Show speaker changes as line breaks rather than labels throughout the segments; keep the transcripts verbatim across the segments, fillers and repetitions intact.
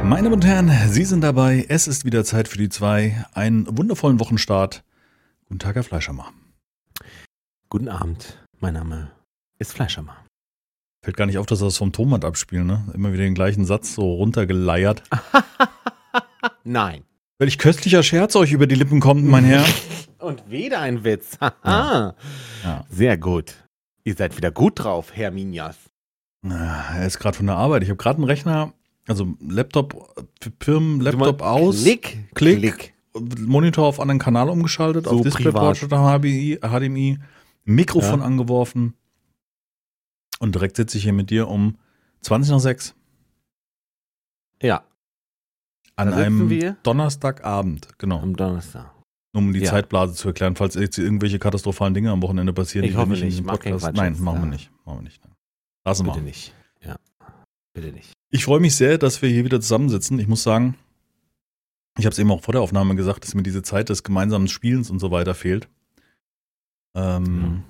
Meine Damen und Herren, Sie sind dabei. Es ist wieder Zeit für die zwei. Einen wundervollen Wochenstart. Guten Tag, Herr Fleischermacher.
Guten Abend. Mein Name ist Fleischermacher.
Fällt gar nicht auf, dass wir das vom Tonband abspielen, ne? Immer wieder den gleichen Satz so runtergeleiert.
Nein.
Welch köstlicher Scherz euch über die Lippen kommt, mein Herr.
Und wieder ein Witz.
Ja. Ja.
Sehr gut. Ihr seid wieder gut drauf, Herr Minjas.
Er ist gerade von der Arbeit. Ich habe gerade einen Rechner, also Laptop, Firmen-Laptop aus.
Klick,
Klick.
Klick.
Monitor auf anderen Kanal umgeschaltet,
So
auf DisplayPort
privat.
oder H D M I, Mikrofon
Ja.
angeworfen. Und direkt sitze ich hier mit dir um zwanzig nach sechs.
Ja,
An
Da sitzen
einem
wir.
Donnerstagabend, genau.
am Donnerstag.
Um die
Ja.
Zeitblase zu erklären, falls jetzt irgendwelche katastrophalen Dinge am Wochenende passieren.
Ich
die wir
hoffe
in
nicht.
diesem
Mach keinen
Podcast-
Quatsch
Nein,
jetzt.
machen wir
Ja.
nicht. Machen wir nicht. Lassen wir.
Bitte nicht. Ja, bitte nicht.
Ich freue mich sehr, dass wir hier wieder zusammensitzen. Ich muss sagen, ich habe es eben auch vor der Aufnahme gesagt, dass mir diese Zeit des gemeinsamen Spielens und so weiter fehlt. Ähm,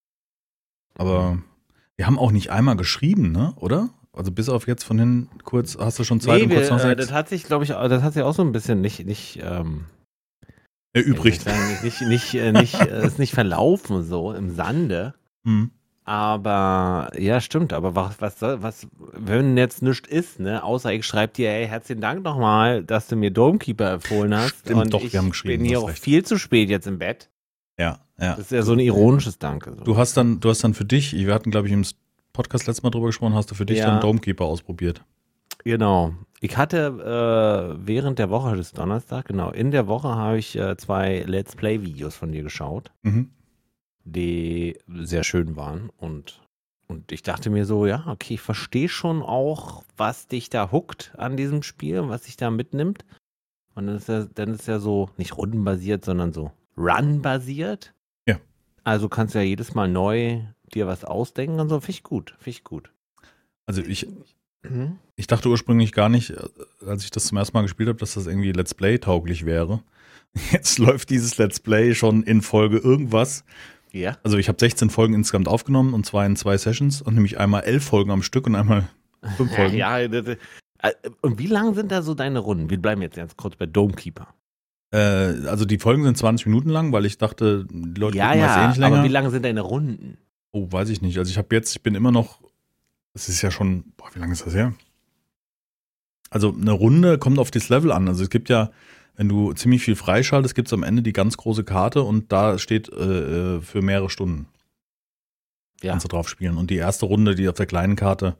Aber wir haben auch nicht einmal geschrieben, ne? Oder? Also bis auf jetzt von hin kurz, hast du schon Zeit
Nee,
um kurz
wir,
nach
äh,
sechs?
das hat sich, glaube ich, das hat sich auch so ein bisschen nicht, nicht, ähm,
Erübrigt.
wie soll ich sagen, nicht, nicht, äh, nicht, äh, ist nicht verlaufen so im Sande.
Hm.
Aber, ja, stimmt, aber was, was soll, was, wenn jetzt nichts ist, ne, außer ich schreibe dir, ey, herzlichen Dank nochmal, dass du mir Domekeeper empfohlen hast.
Stimmt,
und
doch,
ich
wir haben geschrieben,
bin
du
hier
hast
auch
recht.
viel zu spät jetzt im Bett.
Ja, ja.
Das ist ja so ein ironisches Danke. So.
Du hast dann, du hast dann für dich, wir hatten, glaube ich, im Podcast letztes Mal drüber gesprochen, hast du für dich
Ja.
dann Domekeeper ausprobiert.
Genau. Ich hatte äh, während der Woche, das ist Donnerstag, genau, in der Woche habe ich äh, zwei Let's Play-Videos von dir geschaut,
Mhm.
die sehr schön waren und Und ich dachte mir so, ja, okay, ich verstehe schon auch, was dich da hookt an diesem Spiel, was dich da mitnimmt. Und dann ist ja, dann ist ja so, nicht rundenbasiert, sondern so run-basiert.
Ja.
Also kannst du ja jedes Mal neu dir was ausdenken und so. Finde ich gut, finde ich gut.
Also ich,
Mhm.
ich dachte ursprünglich gar nicht, als ich das zum ersten Mal gespielt habe, dass das irgendwie Let's Play-tauglich wäre. Jetzt läuft dieses Let's Play schon in Folge irgendwas.
Ja.
Also ich habe sechzehn Folgen insgesamt aufgenommen und zwar in zwei Sessions und nämlich einmal elf Folgen am Stück und einmal fünf Folgen.
Ja, das, das, äh, und wie lang sind da so deine Runden? Wir bleiben jetzt ganz kurz bei Domekeeper.
Äh, also die Folgen sind zwanzig Minuten lang, weil ich dachte, die Leute
Ja,
gucken das eh
ja,
nicht länger.
aber wie lang sind deine Runden?
Oh, weiß ich nicht. Also ich habe jetzt, ich bin immer noch, es ist ja schon, boah, wie lange ist das her? Also eine Runde kommt auf das Level an. Also es gibt ja, wenn du ziemlich viel freischaltest, gibt es am Ende die ganz große Karte und da steht äh, für mehrere Stunden.
Ja.
Kannst du drauf spielen. Und die erste Runde, die auf der kleinen Karte,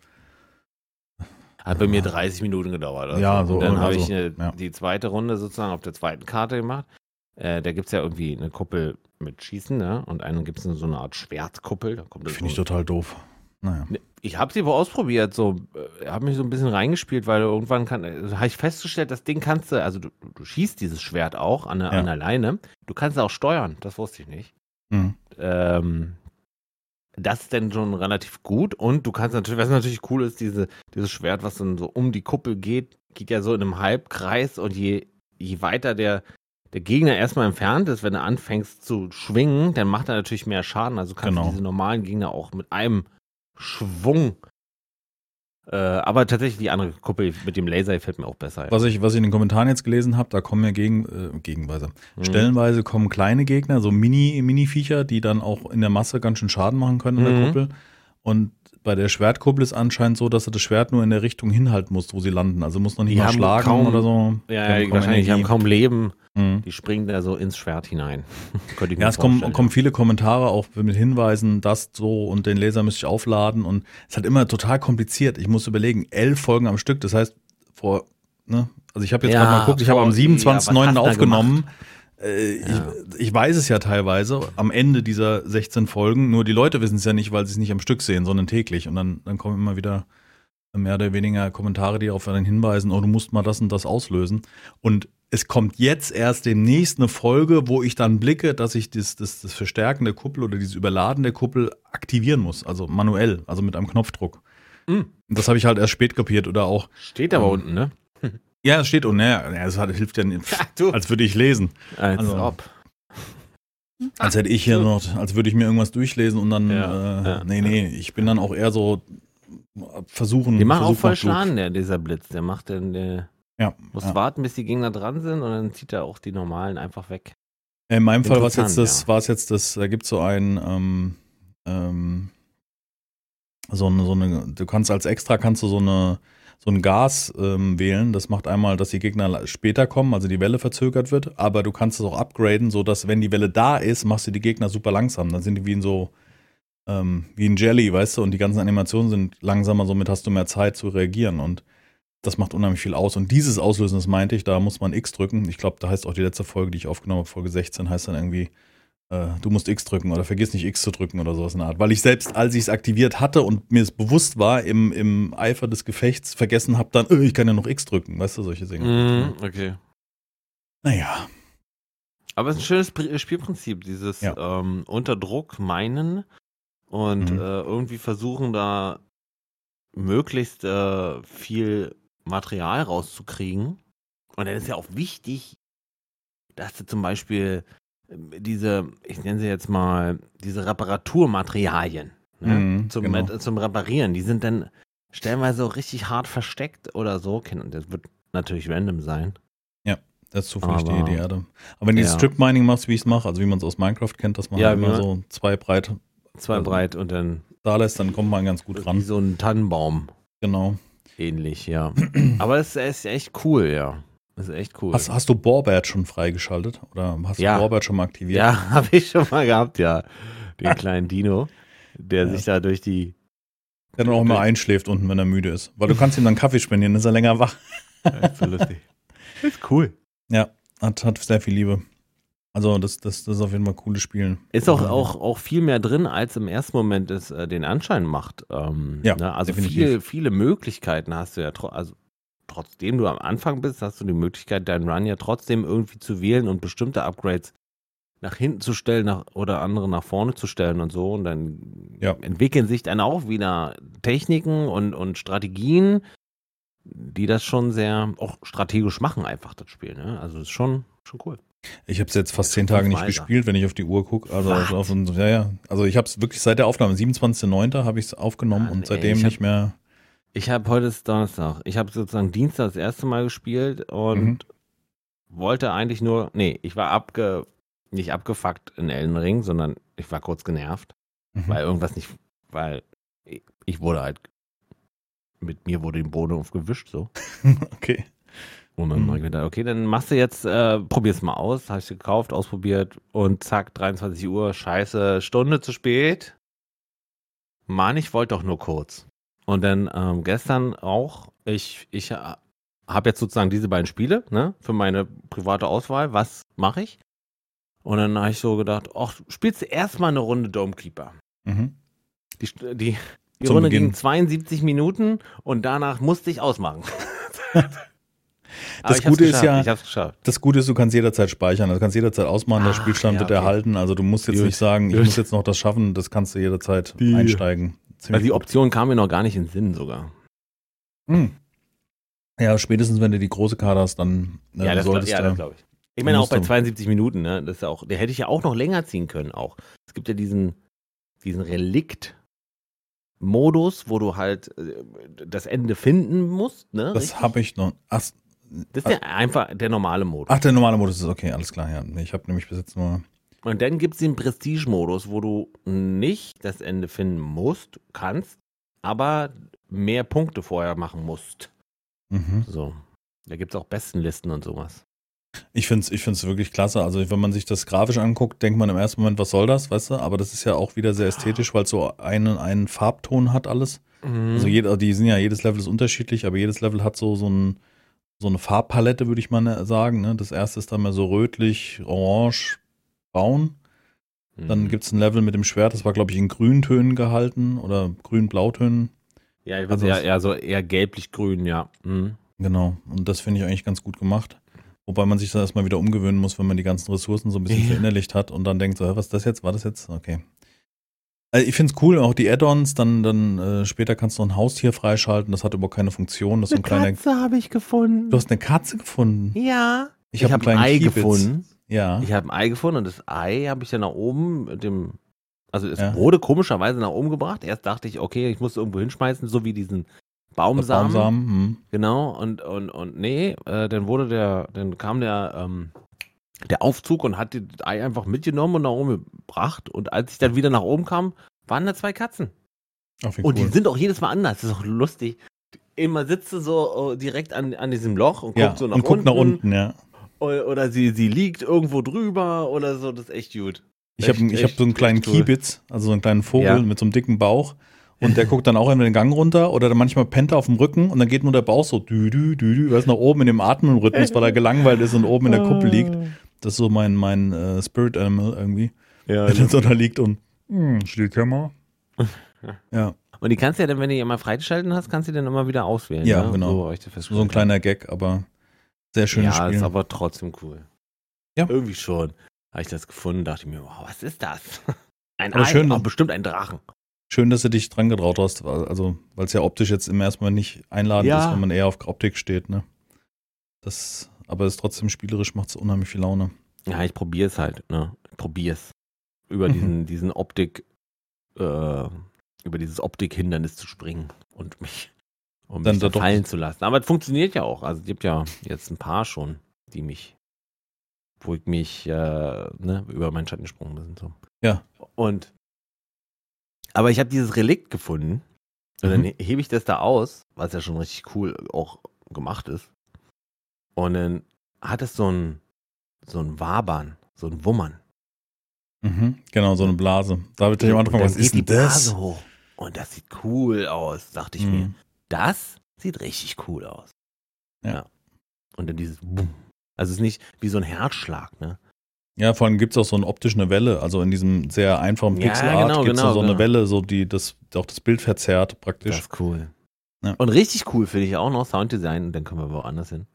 Hat bei mir dreißig Minuten gedauert. Also.
Ja, so
Und dann
irgendwas
habe ich
so,
äh,
ja.
die zweite Runde sozusagen auf der zweiten Karte gemacht. Äh, da gibt es ja irgendwie eine Kuppel mit Schießen, ne? Und einen gibt es so eine Art Schwertkuppel. Da kommt das
finde ich
so-
total doof. Naja.
Ne, Ich habe sie wohl ausprobiert, so, äh, habe mich so ein bisschen reingespielt, weil irgendwann kann, also habe ich festgestellt, das Ding kannst du, also du, du schießt dieses Schwert auch an der,
Ja.
an der Leine. Du kannst es auch steuern, das wusste ich nicht.
Mhm.
Ähm, das ist dann schon relativ gut und du kannst natürlich, was natürlich cool ist, diese, dieses Schwert, was dann so um die Kuppel geht, geht ja so in einem Halbkreis und je, je weiter der, der Gegner erstmal entfernt ist, wenn er anfängst zu schwingen, dann macht er natürlich mehr Schaden. Also kannst
Genau.
du diese normalen Gegner auch mit einem Schwung. Äh, aber tatsächlich die andere Kuppel mit dem Laser gefällt mir auch besser.
Was ich, was ich in den Kommentaren jetzt gelesen habe, da kommen ja gegen, äh, gegenweise.
Mhm.
Stellenweise kommen kleine Gegner, so Mini, Mini-Viecher, die dann auch in der Masse ganz schön Schaden machen können in der
Mhm.
Kuppel. Und bei der Schwertkuppel ist anscheinend so, dass du das Schwert nur in der Richtung hinhalten musst, wo sie landen. Also muss noch nicht
Die
mal
haben
schlagen
kaum-
oder so.
Ja,
Die haben
ja
kaum
wahrscheinlich, die haben
Energie.
kaum Leben.
Mhm.
Die springen da so ins Schwert hinein. Könnte ich mir
Ja, es kommen,
vorstellen.
kommen viele Kommentare auch mit Hinweisen, das so und den Laser müsste ich aufladen und es hat immer total kompliziert. Ich muss überlegen, elf Folgen am Stück, das heißt vor, ne, also ich habe jetzt
Ja,
gerade mal geguckt, ich habe am
vor-
siebenundzwanzigsten neunten
ja, was hast du da
aufgenommen. Äh,
Ja.
ich, ich weiß es ja teilweise am Ende dieser sechzehn Folgen, nur die Leute wissen es ja nicht, weil sie es nicht am Stück sehen, sondern täglich und dann, dann kommen immer wieder mehr oder weniger Kommentare, die darauf dann hinweisen, oh, du musst mal das und das auslösen und es kommt jetzt erst demnächst eine Folge, wo ich dann blicke, dass ich das, das, das Verstärken der Kuppel oder dieses Überladen der Kuppel aktivieren muss, also manuell, also mit einem Knopfdruck.
Mhm.
Und das habe ich halt erst spät kapiert oder auch,
Steht aber
Ähm,
unten, ne?
ja, es steht, und naja, es hat, hilft ja nicht,
du.
als würde ich lesen.
Als
also-
ob.
Als hätte ich hier noch, als würde ich mir irgendwas durchlesen und dann,
Ja,
äh,
ja,
nee, nee, ich bin dann auch eher so versuchen.
Die machen auch
Versuch
voll
macht klug.
Schaden, der, dieser Blitz. Der macht dann, der,
Ja.
Musst
ja.
warten, bis die Gegner dran sind und dann zieht er auch die normalen einfach weg.
In meinem Fall war es jetzt das,
ja.
war es jetzt das, da gibt es so ein, ähm, ähm, so eine, so eine, du kannst als Extra kannst du so eine, so ein Gas ähm, wählen. Das macht einmal, dass die Gegner später kommen, also die Welle verzögert wird, aber du kannst es auch upgraden, sodass, wenn die Welle da ist, machst du die Gegner super langsam. Dann sind die wie in so, ähm, wie ein Jelly, weißt du, und die ganzen Animationen sind langsamer, somit hast du mehr Zeit zu reagieren und das macht unheimlich viel aus. Und dieses Auslösen, das meinte ich, da muss man X drücken. Ich glaube, da heißt auch die letzte Folge, die ich aufgenommen habe, Folge sechzehn, heißt dann irgendwie, äh, du musst X drücken oder vergiss nicht X zu drücken oder sowas in der Art. Weil ich selbst, als ich es aktiviert hatte und mir es bewusst war, im, im Eifer des Gefechts vergessen habe, dann, äh, ich kann ja noch X drücken, weißt du, solche Dinge.
Mm, okay.
Naja.
Aber es ist ein schönes Pri- Spielprinzip, dieses
Ja.
ähm, unter Druck meinen und
Mhm.
äh, irgendwie versuchen, da möglichst äh, viel Material rauszukriegen. Und dann ist ja auch wichtig, dass du zum Beispiel ähm, diese, ich nenne sie jetzt mal, diese Reparaturmaterialien ne,
Mhm,
zum,
genau.
zum Reparieren, die sind dann stellenweise auch richtig hart versteckt oder so. Und das wird natürlich random sein.
Das ist zufällig die,
Aber-
die Erde. Aber wenn du
ja.
Strip-Mining machst, wie ich es mache, also wie man es aus Minecraft kennt, dass man
Ja,
halt
wie
immer
man-
so zwei breit
Zwei
Also-
breit und dann
da lässt, dann kommt man ganz gut
wie
ran.
so ein Tannenbaum.
Genau.
Ähnlich, ja. Aber es ist echt cool, ja. Es ist echt cool.
Hast, hast du Borbert schon freigeschaltet? Oder hast
Ja.
du Borbert schon mal aktiviert?
Ja, habe ich schon mal gehabt, ja. Den kleinen Dino, der
Ja.
sich da durch die.
Der dann auch immer einschläft unten, wenn er müde ist. Weil du kannst ihm dann Kaffee spendieren, ist er länger wach.
Das ist so lustig. Ist cool.
Ja, hat, hat sehr viel Liebe. Also das, das, das ist auf jeden Fall ein cooles Spiel.
Ist auch, auch, auch viel mehr drin, als im ersten Moment es äh, den Anschein macht. Ähm,
Ja,
ne? Also
definitiv.
viel, viele Möglichkeiten hast du ja. Tro- also trotzdem du am Anfang bist, hast du die Möglichkeit, deinen Run ja trotzdem irgendwie zu wählen und bestimmte Upgrades nach hinten zu stellen nach, oder andere nach vorne zu stellen und so. Und dann
Ja.
entwickeln sich dann auch wieder Techniken und, und Strategien, die das schon sehr auch strategisch machen, einfach das Spiel. Ne? Also ist schon, schon cool.
Ich habe es jetzt fast
Ja,
zehn Tage nicht
weiter.
gespielt, wenn ich auf die Uhr gucke. Also,
Was?
auf, auf, ja, ja. Also ich habe es wirklich seit der Aufnahme, siebenundzwanzigster neunter habe ich es aufgenommen
Mann,
und
ey,
seitdem
ich hab-
nicht mehr.
Ich habe heute ist Donnerstag. Ich habe sozusagen Dienstag das erste Mal gespielt und
Mhm.
wollte eigentlich nur, nee, ich war abge, nicht abgefuckt in Elden Ring, sondern ich war kurz genervt,
Mhm.
weil irgendwas nicht, weil ich, ich wurde halt, mit mir wurde den Boden aufgewischt so.
Okay.
Und dann
Mhm.
habe ich gedacht, okay, dann machst du jetzt, äh, probier's mal aus. Habe ich gekauft, ausprobiert und zack, dreiundzwanzig Uhr, scheiße, Stunde zu spät. Mann, ich wollte doch nur kurz. Und dann ähm, gestern auch, ich, ich äh, habe jetzt sozusagen diese beiden Spiele, ne, für meine private Auswahl. Was mache ich? Und dann habe ich so gedacht, ach, spielst du erstmal eine Runde Dome Keeper.
Mhm.
Die, St- die, die
Zum
Runde
Beginn.
ging zweiundsiebzig Minuten und danach musste ich ausmachen. Aber
Das
ich hab's
Gute ist
geschafft,
ja-
Ich hab's geschafft.
Das Gute ist, du kannst jederzeit speichern, also du kannst jederzeit ausmachen, der
Ah,
Spielstand
ja,
wird
okay.
erhalten. Also du musst jetzt
Gut.
nicht sagen, ich
Gut.
muss jetzt noch das schaffen, das kannst du jederzeit
Die-
einsteigen.
Also
Ziemlich
die
gut.
Option kam mir noch gar nicht in den Sinn sogar.
Hm. Ja, spätestens wenn du die große Karte hast, dann äh,
ja, das, glaub-
solltest
ja,
du.
das glaube ich. Ich meine auch
musst
bei
du-
zweiundsiebzig Minuten, ne? Das ist ja auch, der hätte ich ja auch noch länger ziehen können auch. Es gibt ja diesen, diesen Relikt-Modus, wo du halt äh, das Ende finden musst, ne?
Das
Richtig?
habe ich noch. Ach,
Das ist ja einfach der normale Modus.
ach, der normale Modus ist okay, alles klar. Ja, Nee, ich habe nämlich bis jetzt nur.
Und dann gibt es den Prestige-Modus, wo du nicht das Ende finden musst, kannst, aber mehr Punkte vorher machen musst.
Mhm.
So. Da gibt es auch Bestenlisten und sowas.
Ich finde es ich find's wirklich klasse. Also, wenn man sich das grafisch anguckt, denkt man im ersten Moment, was soll das, weißt du? Aber das ist ja auch wieder sehr ästhetisch, weil es so einen, einen Farbton hat, alles. Also, jeder, die sind ja, jedes Level ist unterschiedlich, aber jedes Level hat so, so, ein, so eine Farbpalette, würde ich mal ne- sagen. Ne? Das erste ist dann mal so rötlich, orange, braun. Dann
Mhm.
gibt es ein Level mit dem Schwert, das war, glaube ich, in Grüntönen gehalten oder Grün-Blautönen.
Ja, ich
Also
würde
es-
eher, eher so eher gelblich-grün, ja. Mhm.
Genau. Und das finde ich eigentlich ganz gut gemacht. Wobei man sich da erstmal wieder umgewöhnen muss, wenn man die ganzen Ressourcen so ein bisschen
Ja.
verinnerlicht hat und dann denkt, so, hä, was ist das jetzt? War das jetzt? Okay. Also ich finde es cool, auch die Add-ons, dann, dann äh, später kannst du noch ein Haustier freischalten, das hat überhaupt keine Funktion. Das ist so ein kleiner.
habe ich gefunden.
Du hast eine Katze gefunden.
Ja.
Ich
Ich,
hab
habe
einen
ein Ei
kleinen Kiebitz.
gefunden.
Ja.
Ich habe ein Ei gefunden und das Ei habe ich dann nach oben mit dem, also es
Ja.
wurde komischerweise nach oben gebracht. Erst dachte ich, okay, ich muss irgendwo hinschmeißen, so wie diesen Baumsamen.
Baumsamen. Hm.
Genau, und, und, und nee, äh, dann wurde der, dann kam der, ähm, der Aufzug und hat das Ei einfach mitgenommen und nach oben gebracht. Und als ich dann wieder nach oben kam, waren da zwei Katzen.
Ach, wie
Und
cool.
die sind auch jedes Mal anders. Das ist auch lustig. Immer sitzt sie so direkt an, an diesem Loch und guckt
ja,
so nach
und guckt
unten.
nach unten, ja.
Oder, oder sie, sie liegt irgendwo drüber oder so. Das ist echt gut.
Ich habe ich hab so einen kleinen
cool.
Kiebitz, also so einen kleinen Vogel
Ja.
mit so einem dicken Bauch. Und der guckt dann auch entweder den Gang runter oder dann manchmal pennt er auf dem Rücken und dann geht nur der Bauch so dü, dü, dü, dü, was nach oben in dem Atmenrhythmus, weil er gelangweilt ist und oben in der Kuppel liegt. Das ist so mein, mein äh, Spirit Animal irgendwie.
Ja,
Wenn er so da liegt und hm, Stillkämmer. Ja,
und die kannst du ja dann, wenn du die immer freigeschalten hast, kannst du die dann immer wieder auswählen.
Ja,
ne?
genau.
So, hab ich das
so ein
festgestellt.
kleiner Gag, aber sehr schönes
Ja,
Spiel.
ist aber trotzdem cool.
Ja.
Irgendwie schon. Habe ich das gefunden, dachte ich mir, wow, was ist das? Ein
Aber
Ei,
schön, ne?
aber bestimmt ein Drachen.
Schön, dass du dich dran getraut hast, weil- also weil es ja optisch jetzt im ersten Mal nicht einladend
Ja.
ist, wenn man eher auf Optik steht, ne? Das, aber es ist trotzdem spielerisch, macht es unheimlich viel Laune.
Ja, ich probiere es halt, ne? Ich probiere es. Über
Mhm.
diesen, diesen Optik, äh, über dieses Optik-Hindernis zu springen und mich, um
Dann
mich
da
da
doch-
fallen zu lassen. Aber es funktioniert ja auch. Also es gibt ja jetzt ein paar schon, die mich, wo ich mich äh, ne, über meinen Schatten gesprungen bin. So.
Ja.
Und aber ich habe dieses Relikt gefunden und dann
Mhm.
hebe ich das da aus, was ja schon richtig cool auch gemacht ist. Und dann hat es so ein so ein Wabern, so ein Wummern.
Mhm. Genau, so eine Blase. Da wird ich am Anfang,
Und dann
was ist
geht
denn
die
das?
Blase hoch. Und das sieht cool aus, dachte ich mir.
Mhm.
Das sieht richtig cool aus.
Ja.
Und dann dieses Bumm. Also es ist nicht wie so ein Herzschlag, ne?
Ja, vor allem gibt es auch so eine optische Welle, also in diesem sehr einfachen
Ja,
Pixelart
genau,
gibt es
genau,
so eine
genau.
Welle, so die das auch das Bild verzerrt praktisch.
Das ist cool.
Ja.
Und richtig cool finde ich auch noch Sounddesign, und dann können wir woanders hin.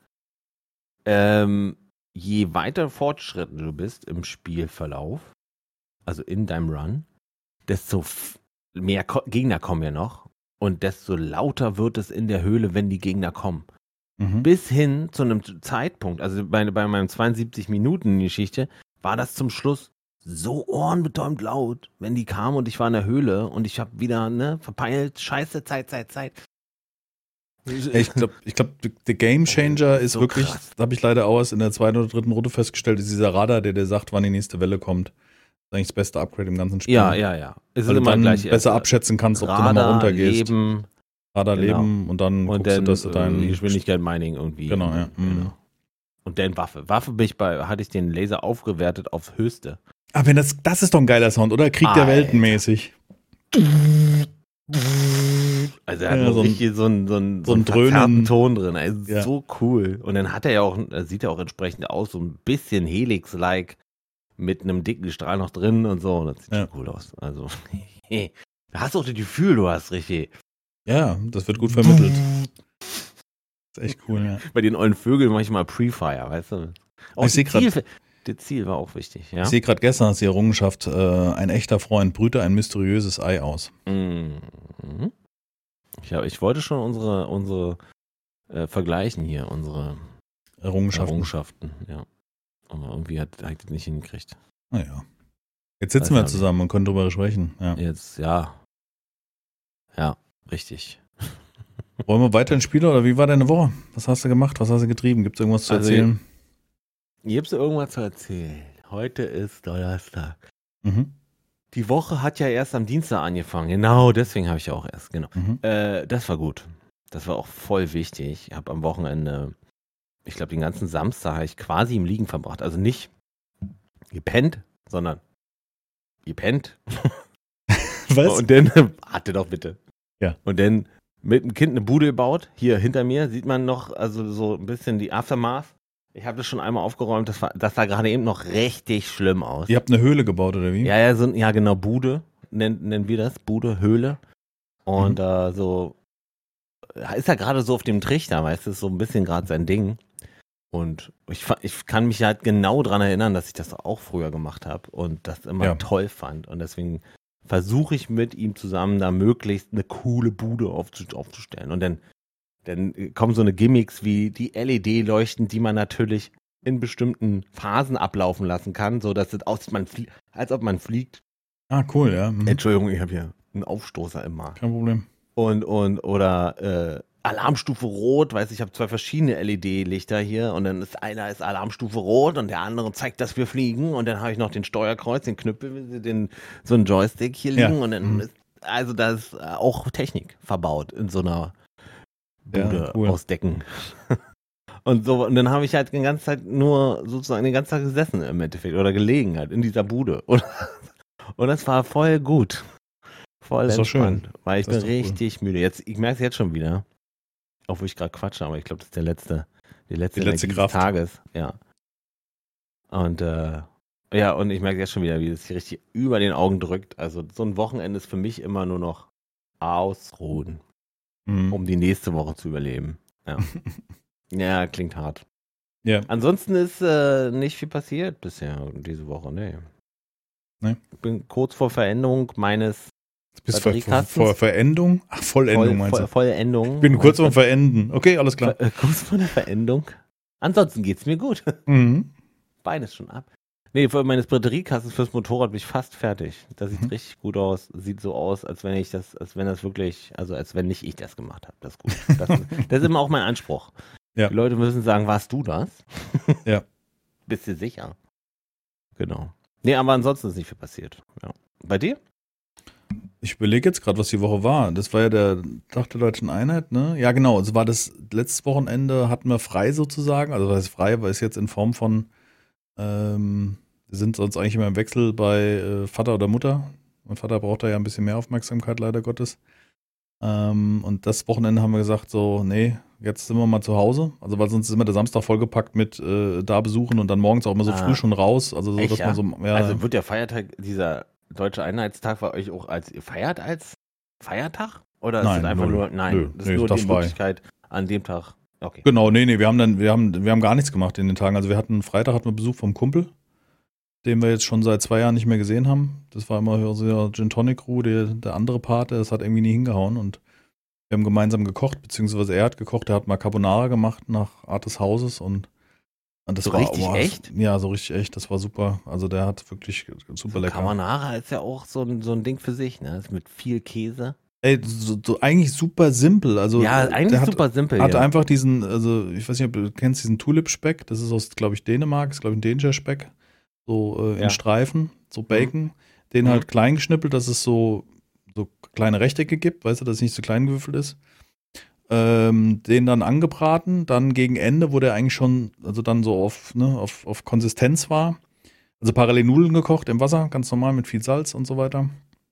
Ähm, je weiter fortschritten du bist im Spielverlauf, also in deinem Run, desto f- mehr Ko- Gegner kommen ja noch und desto lauter wird es in der Höhle, wenn die Gegner kommen.
Mhm.
Bis hin zu einem Zeitpunkt, also bei, bei meinem zweiundsiebzig Minuten Geschichte, war das zum Schluss so ohrenbetäubend laut, wenn die kamen und ich war in der Höhle und ich habe wieder, ne, verpeilt, scheiße, Zeit, Zeit, Zeit.
Ja, ich glaube, ich glaub, der Game Changer ist
So
wirklich,
krass.
das habe ich leider auch erst in der zweiten oder dritten Runde festgestellt, ist dieser Radar, der dir sagt, wann die nächste Welle kommt. Das ist eigentlich das beste Upgrade im ganzen Spiel.
Ja, ja, ja. Es
Weil du dann
gleich
besser
erst
abschätzen kannst, ob du nochmal
Radar,
runtergehst.
Leben
Radar
genau.
leben und dann
und
guckst
dann
du, dass du
äh,
deinen
Geschwindigkeit Mining irgendwie.
Genau, ja. Mhm.
Genau. Und dann Waffe. Waffe bin ich bei, hatte ich den Laser aufgewertet auf höchste.
Ah, wenn das, das ist doch ein geiler Sound, oder? Krieg der
Alter.
Welten mäßig.
Also er hat
Ja,
noch
so ein-
richtig so einen so einen,
so ein
verzerrten
Dröhnen.
Ton drin. Also
Ja.
so cool. Und dann hat er ja auch, er sieht ja auch entsprechend aus, so ein bisschen Helix-like mit einem dicken Strahl noch drin und so. Und das sieht
Ja.
schon cool aus. Also, da hast du auch das Gefühl, du hast richtig.
Ja, das wird gut vermittelt. Das ist echt cool, ja.
Bei den ollen Vögeln manchmal Pre-Fire, weißt du? Auch
Ich seh
die
grad-
Ziel, das Ziel war auch wichtig, ja.
Ich sehe gerade gestern, hast die Errungenschaft, äh, ein echter Freund brüte ein mysteriöses Ei aus.
Mhm. Ich, hab, ich wollte schon unsere, unsere äh, vergleichen hier, unsere
Errungenschaften.
Errungenschaften, ja. Aber irgendwie hat hat das nicht hingekriegt.
Naja. Jetzt sitzen
Weiß
wir
auch
zusammen und können drüber sprechen. Ja.
Jetzt, ja. Ja, richtig.
Wollen wir weiter ins Spiel oder wie war deine Woche? Was hast du gemacht? Was hast du getrieben? Gibt es irgendwas zu
Also,
erzählen?
Gibt's irgendwas zu erzählen? Heute ist Donnerstag.
Mhm.
Die Woche hat ja erst am Dienstag angefangen. Genau, deswegen habe ich ja auch erst, genau.
Mhm.
Äh, das war gut. Das war auch voll wichtig. Ich habe am Wochenende, ich glaube, den ganzen Samstag habe ich quasi im Liegen verbracht. Also nicht gepennt, sondern gepennt.
Was?
Und dann, warte doch bitte.
Ja.
Und dann mit dem Kind eine Bude gebaut. Hier hinter mir sieht man noch, also so ein bisschen die Aftermath. Ich habe das schon einmal aufgeräumt. Das, war, das sah gerade eben noch richtig schlimm aus.
Ihr habt eine Höhle gebaut oder wie?
Ja, ja, so, ja, genau, Bude, nennen, nennen wir das, Bude, Höhle. Und
Mhm.
äh, so, ist ja gerade so auf dem Trichter, weißt du, ist so ein bisschen gerade sein Ding. Und ich, fa- ich kann mich halt genau daran erinnern, dass ich das auch früher gemacht habe und das immer
Ja.
toll fand. Und deswegen versuche ich mit ihm zusammen da möglichst eine coole Bude aufzu aufzustellen. Und dann, dann kommen so eine Gimmicks wie die L E D-Leuchten, die man natürlich in bestimmten Phasen ablaufen lassen kann, so dass es aussieht, man flie- als ob man fliegt.
Ah, cool, ja. Mhm.
Entschuldigung, ich habe hier einen Aufstoßer im Markt.
Kein Problem.
Und, und, oder äh, Alarmstufe Rot, weißt du, ich habe zwei verschiedene L E D-Lichter hier und dann ist einer ist Alarmstufe Rot und der andere zeigt, dass wir fliegen und dann habe ich noch den Steuerkreuz, den Knüppel, den, so einen Joystick hier liegen
Ja.
und dann
Mhm.
ist, also da ist auch Technik verbaut in so einer Bude
Ja, cool.
aus Decken. Und so, und dann habe ich halt die ganze Zeit nur sozusagen den ganzen Tag gesessen im Endeffekt oder gelegen halt in dieser Bude. Und, und das war voll gut. Voll
Das ist doch
entspannt,
schön.
weil ich
Das
bin
ist doch cool.
richtig müde. Jetzt, ich merke es jetzt schon wieder. Obwohl ich gerade quatsche, aber ich glaube, das ist der letzte, die letzte,
Die letzte
Energie
Kraft.
des Tages. Ja. Und äh, ja, und ich merke jetzt schon wieder, wie es hier richtig über den Augen drückt. Also so ein Wochenende ist für mich immer nur noch ausruhen,
Mhm.
um die nächste Woche zu überleben. Ja, ja klingt hart.
Ja.
Ansonsten ist äh, nicht viel passiert bisher diese Woche, nee.
Nee.
Ich bin kurz vor Veränderung meines
Du bist vor, vor,
Batteriekastens.
vor Verendung? Ach, Vollendung
Voll,
meinst
voll,
du?
Vollendung.
Ich bin kurz vor
meines
Verenden. Okay, alles klar.
Ver- äh, kurz vor der Verendung. Ansonsten geht's mir gut.
Mhm.
Bein ist schon ab. Nee, für meines Batteriekastens fürs Motorrad bin ich fast fertig. Das sieht
Mhm.
richtig gut aus. Sieht so aus, als wenn ich das, als wenn das wirklich, also als wenn nicht ich das gemacht habe. Das ist gut. Das, das ist immer auch mein Anspruch.
Ja.
Die Leute müssen sagen, warst du das?
Ja.
Bist du sicher? Genau. Nee, aber ansonsten ist nicht viel passiert. Ja. Bei dir?
Ich überlege jetzt gerade, was die Woche war. Das war ja der Tag der Deutschen Einheit, ne? Ja, genau. Es war das letzte Wochenende, hatten wir frei sozusagen. Also, was heißt frei, weil es jetzt in Form von, ähm, wir sind sonst eigentlich immer im Wechsel bei äh, Vater oder Mutter. Mein Vater braucht da ja ein bisschen mehr Aufmerksamkeit, leider Gottes. Ähm, und das Wochenende haben wir gesagt, so, nee, jetzt sind wir mal zu Hause. Also, weil sonst ist immer der Samstag vollgepackt mit äh, da besuchen und dann morgens auch immer so
Ah.
früh schon raus. Also, so,
Echt,
dass
ja?
man so, ja,
Also wird der Feiertag, dieser Deutsche Einheitstag bei euch auch als, ihr feiert als Feiertag? Oder ist
Nein,
es einfach
null.
nur, nein,
Nö,
das
nee,
ist nur
ist
die
tagsfrei.
Möglichkeit an dem Tag. Okay.
Genau, nee, nee, wir haben dann, wir haben, wir haben gar nichts gemacht in den Tagen. Also wir hatten Freitag hatten wir Besuch vom Kumpel, den wir jetzt schon seit zwei Jahren nicht mehr gesehen haben. Das war immer so der Gin Tonic Crew, der, der andere Part, das hat irgendwie nie hingehauen und wir haben gemeinsam gekocht, beziehungsweise er hat gekocht, er hat mal Carbonara gemacht nach Art des Hauses und, und das
So
war
richtig
boah,
echt?
Ja, so richtig echt, das war super. Also der hat wirklich super lecker.
Carbonara ist ja auch so ein, so ein Ding für sich, ne? Das ist mit viel Käse.
Ey, so, so eigentlich super simpel. Also
ja,
der
eigentlich
hat,
super simpel.
Hat
ja.
einfach diesen, also ich weiß nicht, ob du kennst diesen Tulip-Speck, das ist aus, glaube ich, Dänemark, ist, glaube ich, ein dänischer Speck, so äh, in
Ja.
Streifen, so Bacon, den
Mhm.
halt klein geschnippelt, dass es so, so kleine Rechtecke gibt, weißt du, dass es nicht so klein gewürfelt ist. Ähm, den dann angebraten, dann gegen Ende, wo der eigentlich schon, also dann so auf, ne, auf, auf Konsistenz war. Also parallel Nudeln gekocht im Wasser, ganz normal mit viel Salz und so weiter.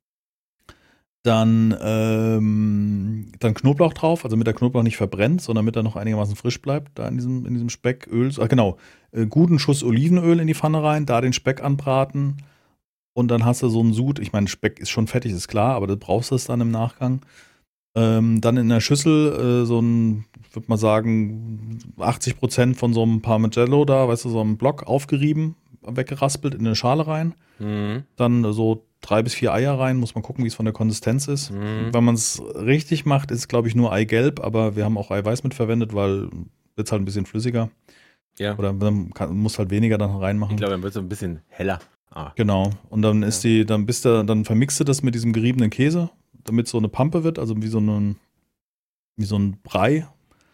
Dann, ähm, dann Knoblauch drauf, also damit der Knoblauch nicht verbrennt, sondern damit er noch einigermaßen frisch bleibt, da in diesem, in diesem Speck, Öl, ah, genau, äh, guten Schuss Olivenöl in die Pfanne rein, da den Speck anbraten und dann hast du so einen Sud, ich meine, Speck ist schon fettig, ist klar, aber du brauchst es dann im Nachgang. Ähm, dann in der Schüssel äh, so ein, ich würde mal sagen, achtzig Prozent von so einem Parmigiano da, weißt du, so einem Block aufgerieben, weggeraspelt in eine Schale rein.
Mhm.
Dann so drei bis vier Eier rein, muss man gucken, wie es von der Konsistenz ist.
Mhm.
Wenn man es richtig macht, ist es, glaube ich, nur Eigelb, aber wir haben auch Eiweiß mit verwendet, weil wird es halt ein bisschen flüssiger.
Ja.
Oder man kann, muss halt weniger dann reinmachen.
Ich glaube, dann wird es so ein bisschen heller. Ah.
Genau. Und dann ist die, dann bist du, dann vermixt du das mit diesem geriebenen Käse, damit so eine Pampe wird, also wie so ein, wie so ein Brei.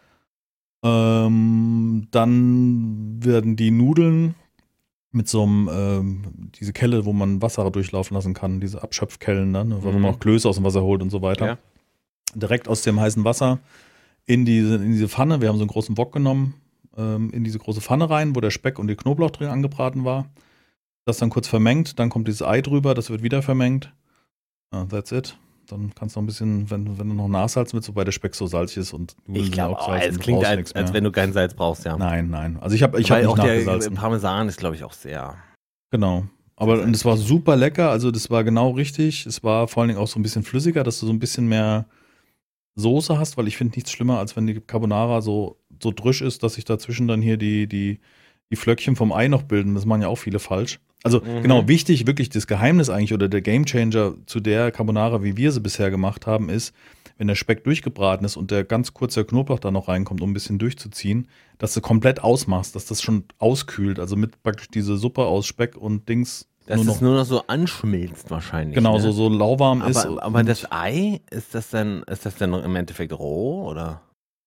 Ähm, dann werden die Nudeln mit so einem, ähm, diese Kelle, wo man Wasser durchlaufen lassen kann, diese Abschöpfkellen, ne, wo
Mhm.
man auch Klöße aus dem Wasser holt und so weiter.
Ja.
Direkt aus dem heißen Wasser in diese, in diese Pfanne, wir haben so einen großen Wok genommen, ähm, in diese große Pfanne rein, wo der Speck und der Knoblauch drin angebraten war. Das dann kurz vermengt, dann kommt dieses Ei drüber, das wird wieder vermengt. Ah, that's it. Dann kannst du noch ein bisschen, wenn, wenn du noch nachsalzen willst, wobei der Speck so salzig ist und Nudeln
Ich
sind
glaube,
auch
oh,
salzig,
es
du
klingt,
brauchst
als,
nichts
als
mehr.
wenn du kein Salz brauchst, ja.
Nein, nein. Also ich habe ich hab
Weil
nicht
auch der
nachgesalzen.
Parmesan ist, glaube ich, auch sehr.
Genau. Aber
Das
und es war super lecker, also das war genau richtig. Es war vor allen Dingen auch so ein bisschen flüssiger, dass du so ein bisschen mehr Soße hast, weil ich finde nichts schlimmer, als wenn die Carbonara so, so drüsch ist, dass sich dazwischen dann hier die, die, die Flöckchen vom Ei noch bilden. Das machen ja auch viele falsch. Also
Mhm.
genau, wichtig, wirklich das Geheimnis eigentlich oder der Gamechanger zu der Carbonara, wie wir sie bisher gemacht haben, ist, wenn der Speck durchgebraten ist und der ganz kurze Knoblauch da noch reinkommt, um ein bisschen durchzuziehen, dass du komplett ausmachst, dass das schon auskühlt. Also mit praktisch diese Suppe aus Speck und Dings
Dass
nur noch
es nur noch so anschmilzt wahrscheinlich.
genau
ne?
so, so lauwarm ist.
Aber, aber
und-
das Ei, ist das dann, ist das dann im Endeffekt roh oder?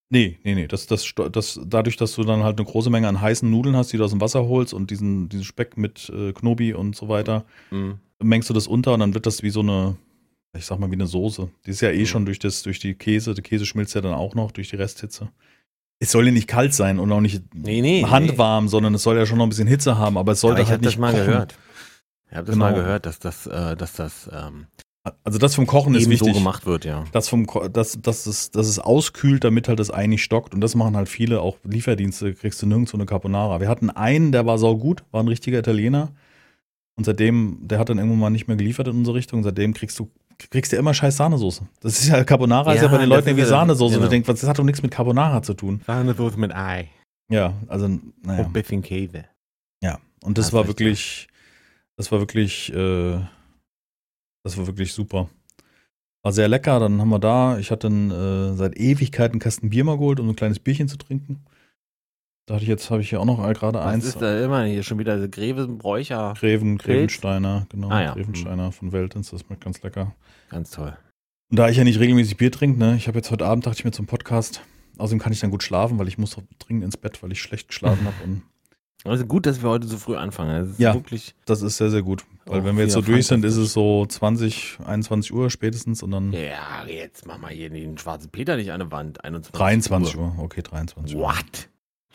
Nee, nee, nee. Das, das, sto- das, dadurch, dass du dann halt eine große Menge an heißen Nudeln hast, die du aus dem Wasser holst und diesen, diesen Speck mit äh, Knobi und so weiter,
Mhm.
mengst du das unter und dann wird das wie so eine, ich sag mal, wie eine Soße. Die ist ja eh
Mhm.
schon durch, das, durch die Käse, der Käse schmilzt ja dann auch noch durch die Resthitze. Es soll ja nicht kalt sein und auch nicht
Nee, nee.
handwarm, sondern es soll ja schon noch ein bisschen Hitze haben, aber es
Nee.
sollte
Aber ich
halt
habe das
nicht
mal
kochen.
gehört. Ich habe das
Genau.
mal gehört, dass das, äh, dass das ähm,
Also das vom Kochen ist
eben so
wichtig.
gemacht wird, ja.
Das vom Ko- dass, dass, es, dass es auskühlt, damit halt das Ei nicht stockt. Und das machen halt viele, auch Lieferdienste, kriegst du nirgendwo eine Carbonara. Wir hatten einen, der war saugut, war ein richtiger Italiener. Und seitdem, der hat dann irgendwann mal nicht mehr geliefert in unsere Richtung. Seitdem kriegst du, kriegst du immer scheiß Sahnesoße. Das ist ja, Carbonara ist ja
Ja,
bei den
das
Leuten
ist
irgendwie
ja das-
Sahnesoße.
genau.
Und du denkst, das hat doch nichts mit Carbonara zu tun.
Sahnesoße mit Ei.
Ja, also, naja.
Und ein bisschen Käse.
Ja, und das
Hast
war
recht,
wirklich, das war wirklich, äh, das war wirklich super. War sehr lecker, dann haben wir da, ich hatte einen, äh, seit Ewigkeiten einen Kasten Bier mal geholt, um so ein kleines Bierchen zu trinken. Da hatte ich jetzt, habe ich hier auch noch gerade
Was
eins.
ist da immer hier schon wieder Grevenbräucher?
Greven,
Pilz?
Grevensteiner, genau,
Ah, ja.
Grevensteiner von Veltins, das schmeckt ganz lecker.
Ganz toll.
Und da ich ja nicht regelmäßig Bier trinke, ne, ich habe jetzt heute Abend, dachte ich mir zum Podcast, außerdem kann ich dann gut schlafen, weil ich muss doch dringend ins Bett, weil ich schlecht geschlafen habe und
Also gut, dass wir heute so früh anfangen. Das ist
Ja.
wirklich.
das ist sehr, sehr gut. Weil
Oh,
wenn wir jetzt so
wieder
durch sind, ist
fantastisch.
es so zwanzig, einundzwanzig Uhr spätestens und dann
Ja, jetzt mach mal hier den schwarzen Peter nicht an der Wand. einundzwanzig
dreiundzwanzig Uhr. Okay, dreiundzwanzig Uhr.
What?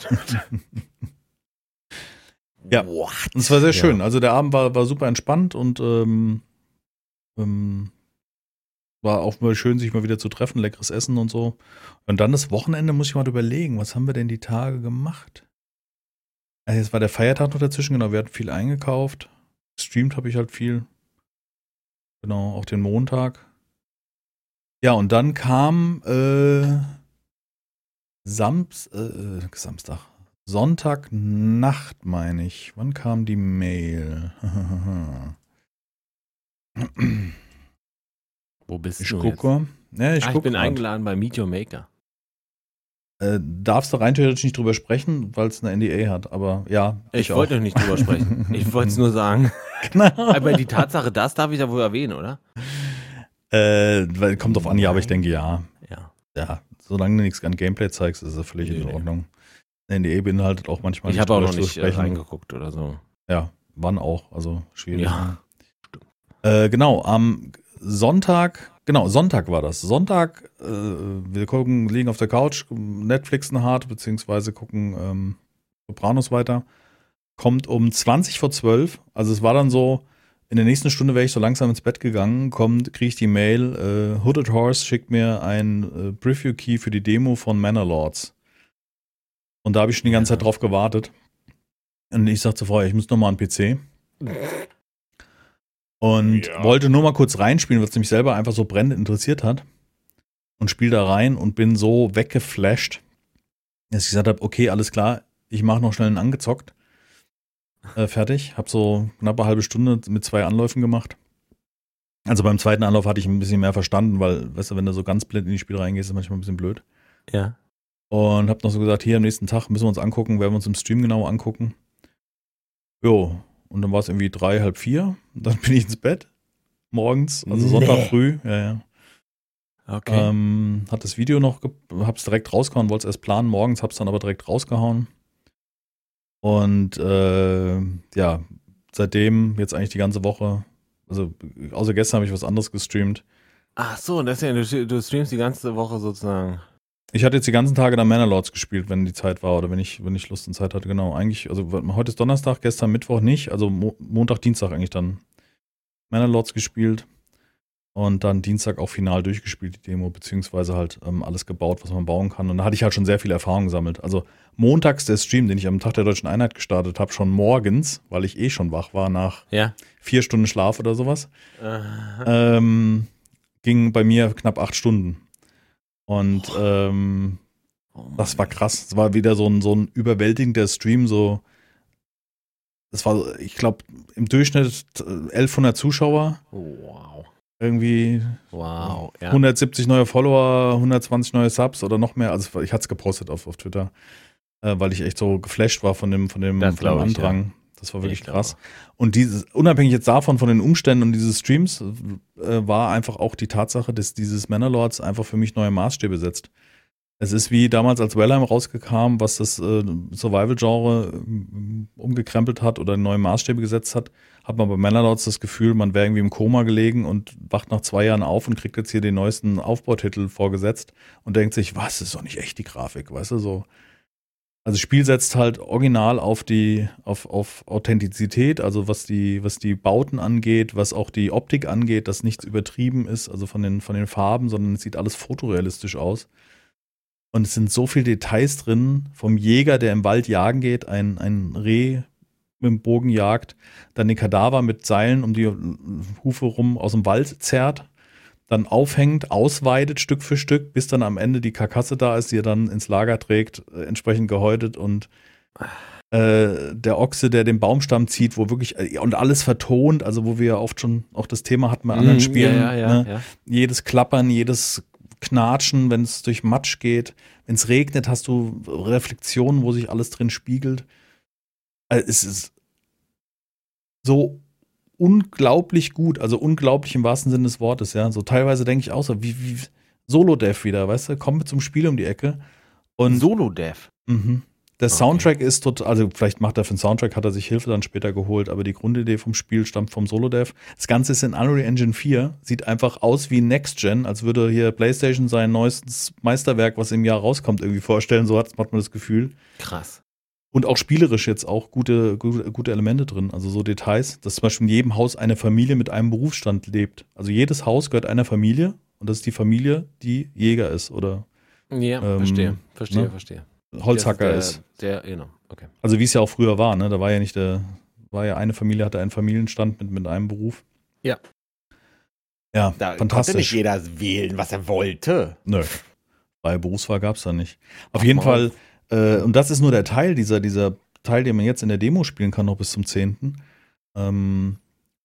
Ja.
What?
Und es war sehr
Ja.
schön. Also der Abend war, war super entspannt und ähm, ähm, war auch mal schön, sich mal wieder zu treffen, leckeres Essen und so. Und dann das Wochenende muss ich mal überlegen, was haben wir denn die Tage gemacht? Also jetzt war der Feiertag noch dazwischen, genau, wir hatten viel eingekauft. Gestreamt habe ich halt viel. Genau, auch den Montag. Ja, und dann kam äh, Sams, äh, Samstag. Sonntagnacht, meine ich. Wann kam die Mail?
Wo bist
Ich
du
gucke. Ja, ich,
jetzt? Ah, ich
guck
bin
grad.
eingeladen bei Meet Your Maker.
Äh, darfst du rein theoretisch nicht drüber sprechen, weil es eine N D A hat, aber ja.
Ich
auch.
wollte nicht drüber sprechen. Ich wollte es nur sagen.
Genau.
Aber die Tatsache, das darf ich ja wohl erwähnen, oder?
Äh, weil, kommt drauf an, ja, aber ich
Nein.
denke ja.
Ja.
Ja, solange du nichts an Gameplay zeigst, ist es völlig
Nee,
in
nee.
Ordnung. N D A beinhaltet auch manchmal
Ich habe auch
drüber
noch
zu
nicht äh,
sprechen.
reingeguckt oder so.
Ja, wann auch, also schwierig.
Ja.
Äh, genau, am Sonntag, genau, Sonntag war das. Sonntag, äh, wir gucken, liegen auf der Couch, Netflixen hart, beziehungsweise gucken ähm, Sopranos weiter. Kommt um zwanzig vor zwölf, also es war dann so, in der nächsten Stunde wäre ich so langsam ins Bett gegangen, kommt, kriege ich die Mail, äh, Hooded Horse schickt mir ein äh, Preview-Key für die Demo von Manor Lords. Und da habe ich schon die ganze
Ja.
Zeit drauf gewartet. Und ich sagte vorher, ich muss noch mal an den P C. Und
Ja.
wollte nur mal kurz reinspielen, was mich selber einfach so brennend interessiert hat. Und spiel da rein und bin so weggeflasht, dass ich gesagt habe, okay, alles klar, ich mache noch schnell einen angezockt. Äh, fertig. Hab so knapp eine halbe Stunde mit zwei Anläufen gemacht. Also beim zweiten Anlauf hatte ich ein bisschen mehr verstanden, weil, weißt du, wenn du so ganz blind in die Spiele reingehst, ist manchmal ein bisschen blöd.
Ja.
Und hab noch so gesagt, hier am nächsten Tag müssen wir uns angucken, werden wir uns im Stream genau angucken. Jo, und dann war es irgendwie drei, halb vier. Und dann bin ich ins Bett. Morgens, also Sonntag
Nee.
früh. Ja, ja.
Okay.
Ähm, hat das Video noch, ge- hab's direkt rausgehauen, wollte es erst planen morgens, hab's dann aber direkt rausgehauen. Und äh, ja, seitdem jetzt eigentlich die ganze Woche, also außer gestern habe ich was anderes gestreamt.
Ach so, das ist ja, du, du streamst die ganze Woche sozusagen.
Ich hatte jetzt die ganzen Tage dann Manor Lords gespielt, wenn die Zeit war oder wenn ich, wenn ich Lust und Zeit hatte, genau. Eigentlich, also heute ist Donnerstag, gestern Mittwoch nicht, also Mo- Montag, Dienstag eigentlich dann Manor Lords gespielt und dann Dienstag auch final durchgespielt, die Demo, beziehungsweise halt ähm, alles gebaut, was man bauen kann. Und da hatte ich halt schon sehr viel Erfahrung gesammelt. Also montags der Stream, den ich am Tag der Deutschen Einheit gestartet habe, schon morgens, weil ich eh schon wach war nach
Ja.
vier Stunden Schlaf oder sowas,
Äh,
ähm, ging bei mir knapp acht Stunden. Und ähm,
oh
das war krass. Es war wieder so ein, so ein überwältigender Stream, so. Das war, ich glaube, im Durchschnitt elfhundert Zuschauer,
Wow.
irgendwie
Wow. Ja.
hundertsiebzig neue Follower, hundertzwanzig neue Subs oder noch mehr. Also ich hatte es gepostet auf, auf Twitter, äh, weil ich echt so geflasht war von dem, von dem,
Das
von dem
glaub ich,
Andrang. Das war wirklich
Ich
krass.
glaube.
Und dieses, unabhängig jetzt davon, von den Umständen und dieses Streams, äh, war einfach auch die Tatsache, dass dieses Manor Lords einfach für mich neue Maßstäbe setzt. Es ist wie damals, als Valheim rausgekam, was das äh, Survival-Genre ähm, umgekrempelt hat oder neue Maßstäbe gesetzt hat, hat man bei Manor das Gefühl, man wäre irgendwie im Koma gelegen und wacht nach zwei Jahren auf und kriegt jetzt hier den neuesten Aufbautitel vorgesetzt und denkt sich, was, das ist doch nicht echt die Grafik, weißt du, so. Also das Spiel setzt halt original auf die, auf, auf Authentizität, also was die, was die Bauten angeht, was auch die Optik angeht, dass nichts übertrieben ist, also von den, von den Farben, sondern es sieht alles fotorealistisch aus. Und es sind so viele Details drin, vom Jäger, der im Wald jagen geht, ein, ein Reh mit dem Bogen jagt, dann den Kadaver mit Seilen um die Hufe rum aus dem Wald zerrt, dann aufhängt, ausweidet Stück für Stück, bis dann am Ende die Karkasse da ist, die er dann ins Lager trägt, äh, entsprechend gehäutet und äh, der Ochse, der den Baumstamm zieht, wo wirklich, äh, und alles vertont, also wo wir ja oft schon auch das Thema hatten bei anderen
Mm,
Spielen,
ja, ja, ja,
ne?
ja.
Jedes Klappern, jedes Knatschen, wenn es durch Matsch geht, wenn es regnet, hast du Reflexionen, wo sich alles drin spiegelt. Also es ist so unglaublich gut, also unglaublich im wahrsten Sinne des Wortes, ja. So teilweise denke ich auch so, wie, wie Solo-Dev wieder, weißt du, kommt mit zum Spiel um die Ecke. Und
Solo-Dev.
mhm. Der
Okay.
Soundtrack ist total, also vielleicht macht er für den Soundtrack, hat er sich Hilfe dann später geholt, aber die Grundidee vom Spiel stammt vom Solo-Dev. Das Ganze ist in Unreal Engine vier, sieht einfach aus wie Next Gen, als würde hier PlayStation sein neuestes Meisterwerk, was im Jahr rauskommt, irgendwie vorstellen, so hat, hat man das Gefühl.
Krass.
Und auch spielerisch jetzt auch gute, gute, gute Elemente drin. Also so Details, dass zum Beispiel in jedem Haus eine Familie mit einem Berufsstand lebt. Also jedes Haus gehört einer Familie und das ist die Familie, die Jäger ist oder
Ja,
Ähm,
verstehe, verstehe,
ne?
verstehe.
Holzhacker
Das
ist.
Der, der, genau, okay.
Also wie es ja auch früher war, ne? Da war ja nicht der, war ja eine Familie, hatte einen Familienstand mit, mit einem Beruf.
Ja.
Ja,
Da konnte
fantastisch.
nicht jeder wählen, was er wollte.
Nö. Freie Berufswahl gab es da nicht. Auf
Ach,
jeden
Maul.
Fall, äh, und das ist nur der Teil, dieser, dieser Teil, den man jetzt in der Demo spielen kann, noch bis zum zehnten. Ähm,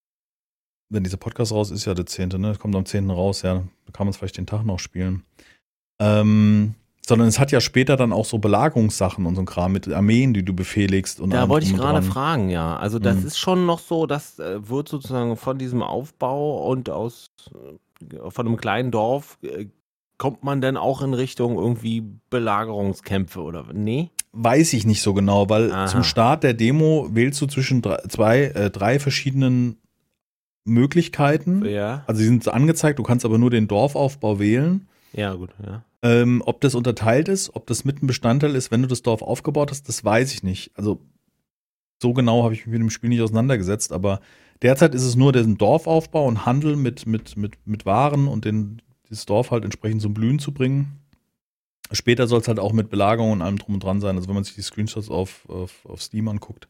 wenn dieser Podcast raus ist, ja der zehnte, ne? Kommt am zehnten raus, ja. Da kann man es vielleicht den Tag noch spielen. Ähm, sondern es hat ja später dann auch so Belagerungssachen und so ein Kram mit Armeen, die du befehligst. Und
Da
allem
wollte ich
drum und
gerade
dran.
fragen, ja. Also das
Mhm.
ist schon noch so, das äh, wird sozusagen von diesem Aufbau und aus äh, von einem kleinen Dorf äh, kommt man dann auch in Richtung irgendwie Belagerungskämpfe oder nee?
Weiß ich nicht so genau, weil
Aha.
zum Start der Demo wählst du zwischen drei, zwei, äh, drei verschiedenen Möglichkeiten.
Ja.
Also sie sind angezeigt, du kannst aber nur den Dorfaufbau wählen.
Ja, gut, ja.
Ähm, ob das unterteilt ist, ob das mit ein Bestandteil ist, wenn du das Dorf aufgebaut hast, das weiß ich nicht. Also so genau habe ich mich mit dem Spiel nicht auseinandergesetzt, aber derzeit ist es nur der Dorfaufbau und Handel mit, mit, mit, mit Waren und den, dieses Dorf halt entsprechend zum Blühen zu bringen. Später soll es halt auch mit Belagerung und allem drum und dran sein. Also wenn man sich die Screenshots auf, auf, auf Steam anguckt.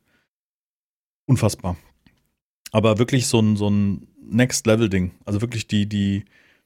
Unfassbar. Aber wirklich so ein, so ein Next-Level-Ding. Also wirklich die, die,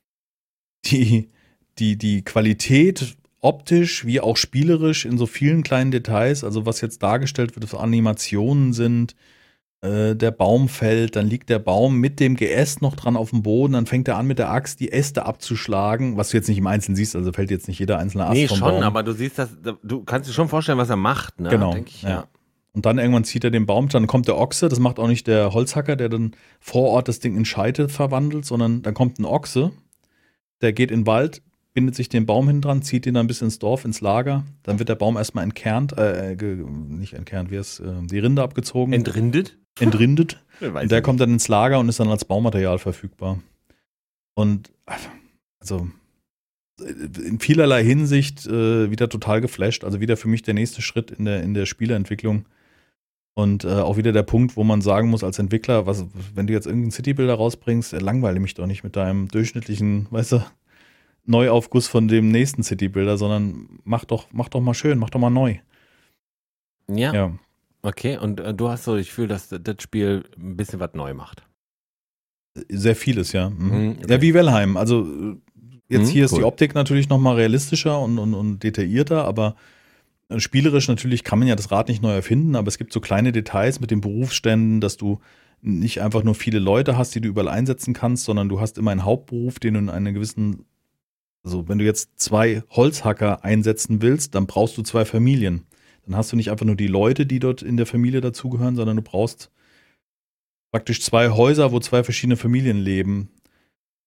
die, die, die Qualität optisch wie auch spielerisch in so vielen kleinen Details, also was jetzt dargestellt wird, was Animationen sind, äh, der Baum fällt, dann liegt der Baum mit dem Geäst noch dran auf dem Boden, dann fängt er an mit der Axt die Äste abzuschlagen, was du jetzt nicht im Einzelnen siehst, also fällt jetzt nicht jeder einzelne Ast
Nee,
vom
schon,
Baum.
aber du siehst das, du kannst dir schon vorstellen, was er macht, ne?
Genau,
Denk ich,
ja.
ja.
Und dann irgendwann zieht er den Baum, dann kommt der Ochse, das macht auch nicht der Holzhacker, der dann vor Ort das Ding in Scheite verwandelt, sondern dann kommt ein Ochse, der geht in den Wald, bindet sich den Baum hin dran, zieht ihn dann bis ins Dorf, ins Lager, dann wird der Baum erstmal entkernt, äh, ge, nicht entkernt, wie es, äh, die Rinde abgezogen,
Entrindet?
entrindet.
Weiß
Und der
ich
kommt dann ins Lager und ist dann als Baumaterial verfügbar. Und also in vielerlei Hinsicht äh, wieder total geflasht. Also wieder für mich der nächste Schritt in der, in der Spieleentwicklung. Und äh, auch wieder der Punkt, wo man sagen muss als Entwickler, was, wenn du jetzt irgendeinen Citybuilder rausbringst, äh, langweile mich doch nicht mit deinem durchschnittlichen, weißt du, Neuaufguss von dem nächsten Citybuilder, sondern mach doch, mach doch mal schön, mach doch mal neu.
nicht. Ja,
Ja.
okay. Und äh, du hast so das Gefühl, dass das Spiel ein bisschen was neu macht.
Sehr vieles, ja. Mhm.
Mhm, okay.
Ja, wie Valheim. Also äh, jetzt
Mhm,
hier ist
cool.
die Optik natürlich noch mal realistischer und, und, und detaillierter, aber äh, spielerisch natürlich kann man ja das Rad nicht neu erfinden, aber es gibt so kleine Details mit den Berufsständen, dass du nicht einfach nur viele Leute hast, die du überall einsetzen kannst, sondern du hast immer einen Hauptberuf, den du in einer gewissen, also wenn du jetzt zwei Holzhacker einsetzen willst, dann brauchst du zwei Familien. Dann hast du nicht einfach nur die Leute, die dort in der Familie dazugehören, sondern du brauchst praktisch zwei Häuser, wo zwei verschiedene Familien leben.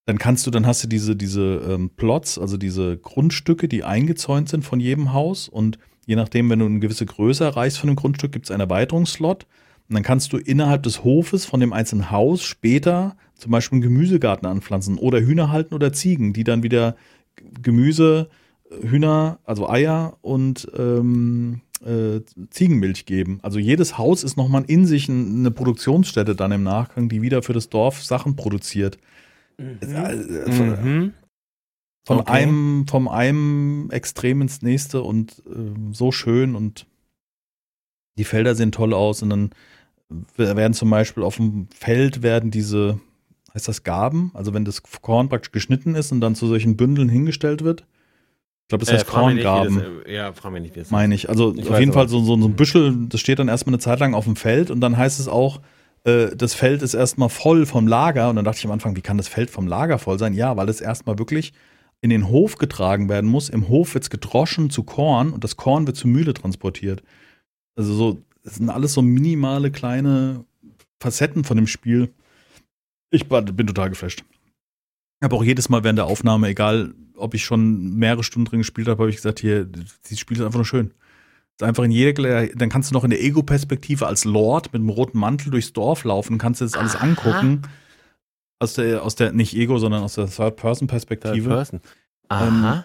Dann kannst du, dann hast du diese, diese ähm, Plots, also diese Grundstücke, die eingezäunt sind von jedem Haus. Und je nachdem, wenn du eine gewisse Größe erreichst von dem Grundstück, gibt es einen Erweiterungsslot. Und dann kannst du innerhalb des Hofes von dem einzelnen Haus später zum Beispiel einen Gemüsegarten anpflanzen oder Hühner halten oder Ziegen, die dann wieder Gemüse, Hühner, also Eier und ähm, äh, Ziegenmilch geben. Also jedes Haus ist nochmal in sich eine Produktionsstätte dann im Nachgang, die wieder für das Dorf Sachen produziert.
Mhm.
Von,
Mhm.
von
Okay.
einem, vom einem Extrem ins nächste und äh, so schön und die Felder sehen toll aus und dann werden zum Beispiel auf dem Feld werden diese, heißt das Garben, also wenn das Korn praktisch geschnitten ist und dann zu solchen Bündeln hingestellt wird. Ich glaube, das heißt
Äh, frag mich nicht, wie
Korngarben,
das- Ja, frag mich nicht, wie das
meine ich. Also
Ich
auf
weiß
jeden Fall
aber.
so, so, so ein Büschel, das steht dann erstmal eine Zeit lang auf dem Feld und dann heißt es auch, äh, das Feld ist erstmal voll vom Lager. Und dann dachte ich am Anfang, wie kann das Feld vom Lager voll sein? Ja, weil es erstmal wirklich in den Hof getragen werden muss. Im Hof wird es gedroschen zu Korn und das Korn wird zur Mühle transportiert. Also so, das sind alles so minimale kleine Facetten von dem Spiel. Ich war- bin total geflasht. Ich habe auch jedes Mal während der Aufnahme, egal ob ich schon mehrere Stunden drin gespielt habe, habe ich gesagt, hier, dieses Spiel ist einfach nur schön. Ist einfach in jeder, dann kannst du noch in der Ego-Perspektive als Lord mit einem roten Mantel durchs Dorf laufen, kannst dir das alles
Aha.
angucken. Aus der, aus der, nicht Ego, sondern aus der
Third
Third-Person-Perspektive.
Person. Aha.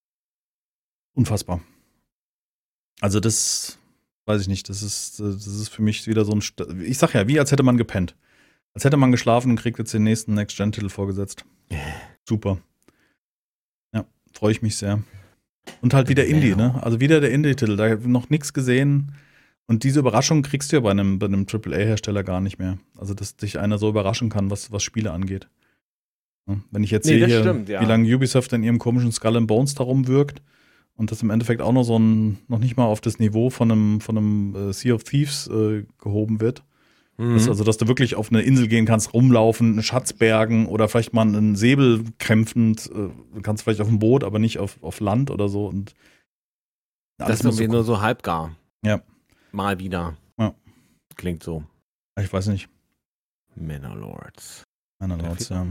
Unfassbar. Also das weiß ich nicht, das ist, das ist für mich wieder so ein, St- ich sag ja, wie als hätte man gepennt. Als hätte man geschlafen und kriegt jetzt den nächsten Next-Gen-Titel vorgesetzt. Super. Ja, freue ich mich sehr. Und halt wieder Indie, ne? Also wieder der Indie-Titel, da hab ich noch nichts gesehen. Und diese Überraschung kriegst du ja bei einem, bei einem Triple A-Hersteller gar nicht mehr. Also, dass dich einer so überraschen kann, was, was Spiele angeht. Ja, wenn ich jetzt
Nee,
sehe,
das
hier,
stimmt, ja.
wie lange Ubisoft in ihrem komischen Skull and Bones darum wirkt und das im Endeffekt auch noch so ein, noch nicht mal auf das Niveau von einem, von einem äh, Sea of Thieves äh, gehoben wird.
Mhm.
Das, also, dass du wirklich auf eine Insel gehen kannst, rumlaufen, einen Schatz bergen oder vielleicht mal einen Säbel kämpfend. Äh, du kannst vielleicht auf dem Boot, aber nicht auf, auf Land oder so. Und
das
alles
ist
muss
irgendwie
so-
nur so halbgar.
Ja.
Mal wieder.
Ja.
Klingt so.
Ich weiß nicht.
Manor-Lords.
Einerorts, ja.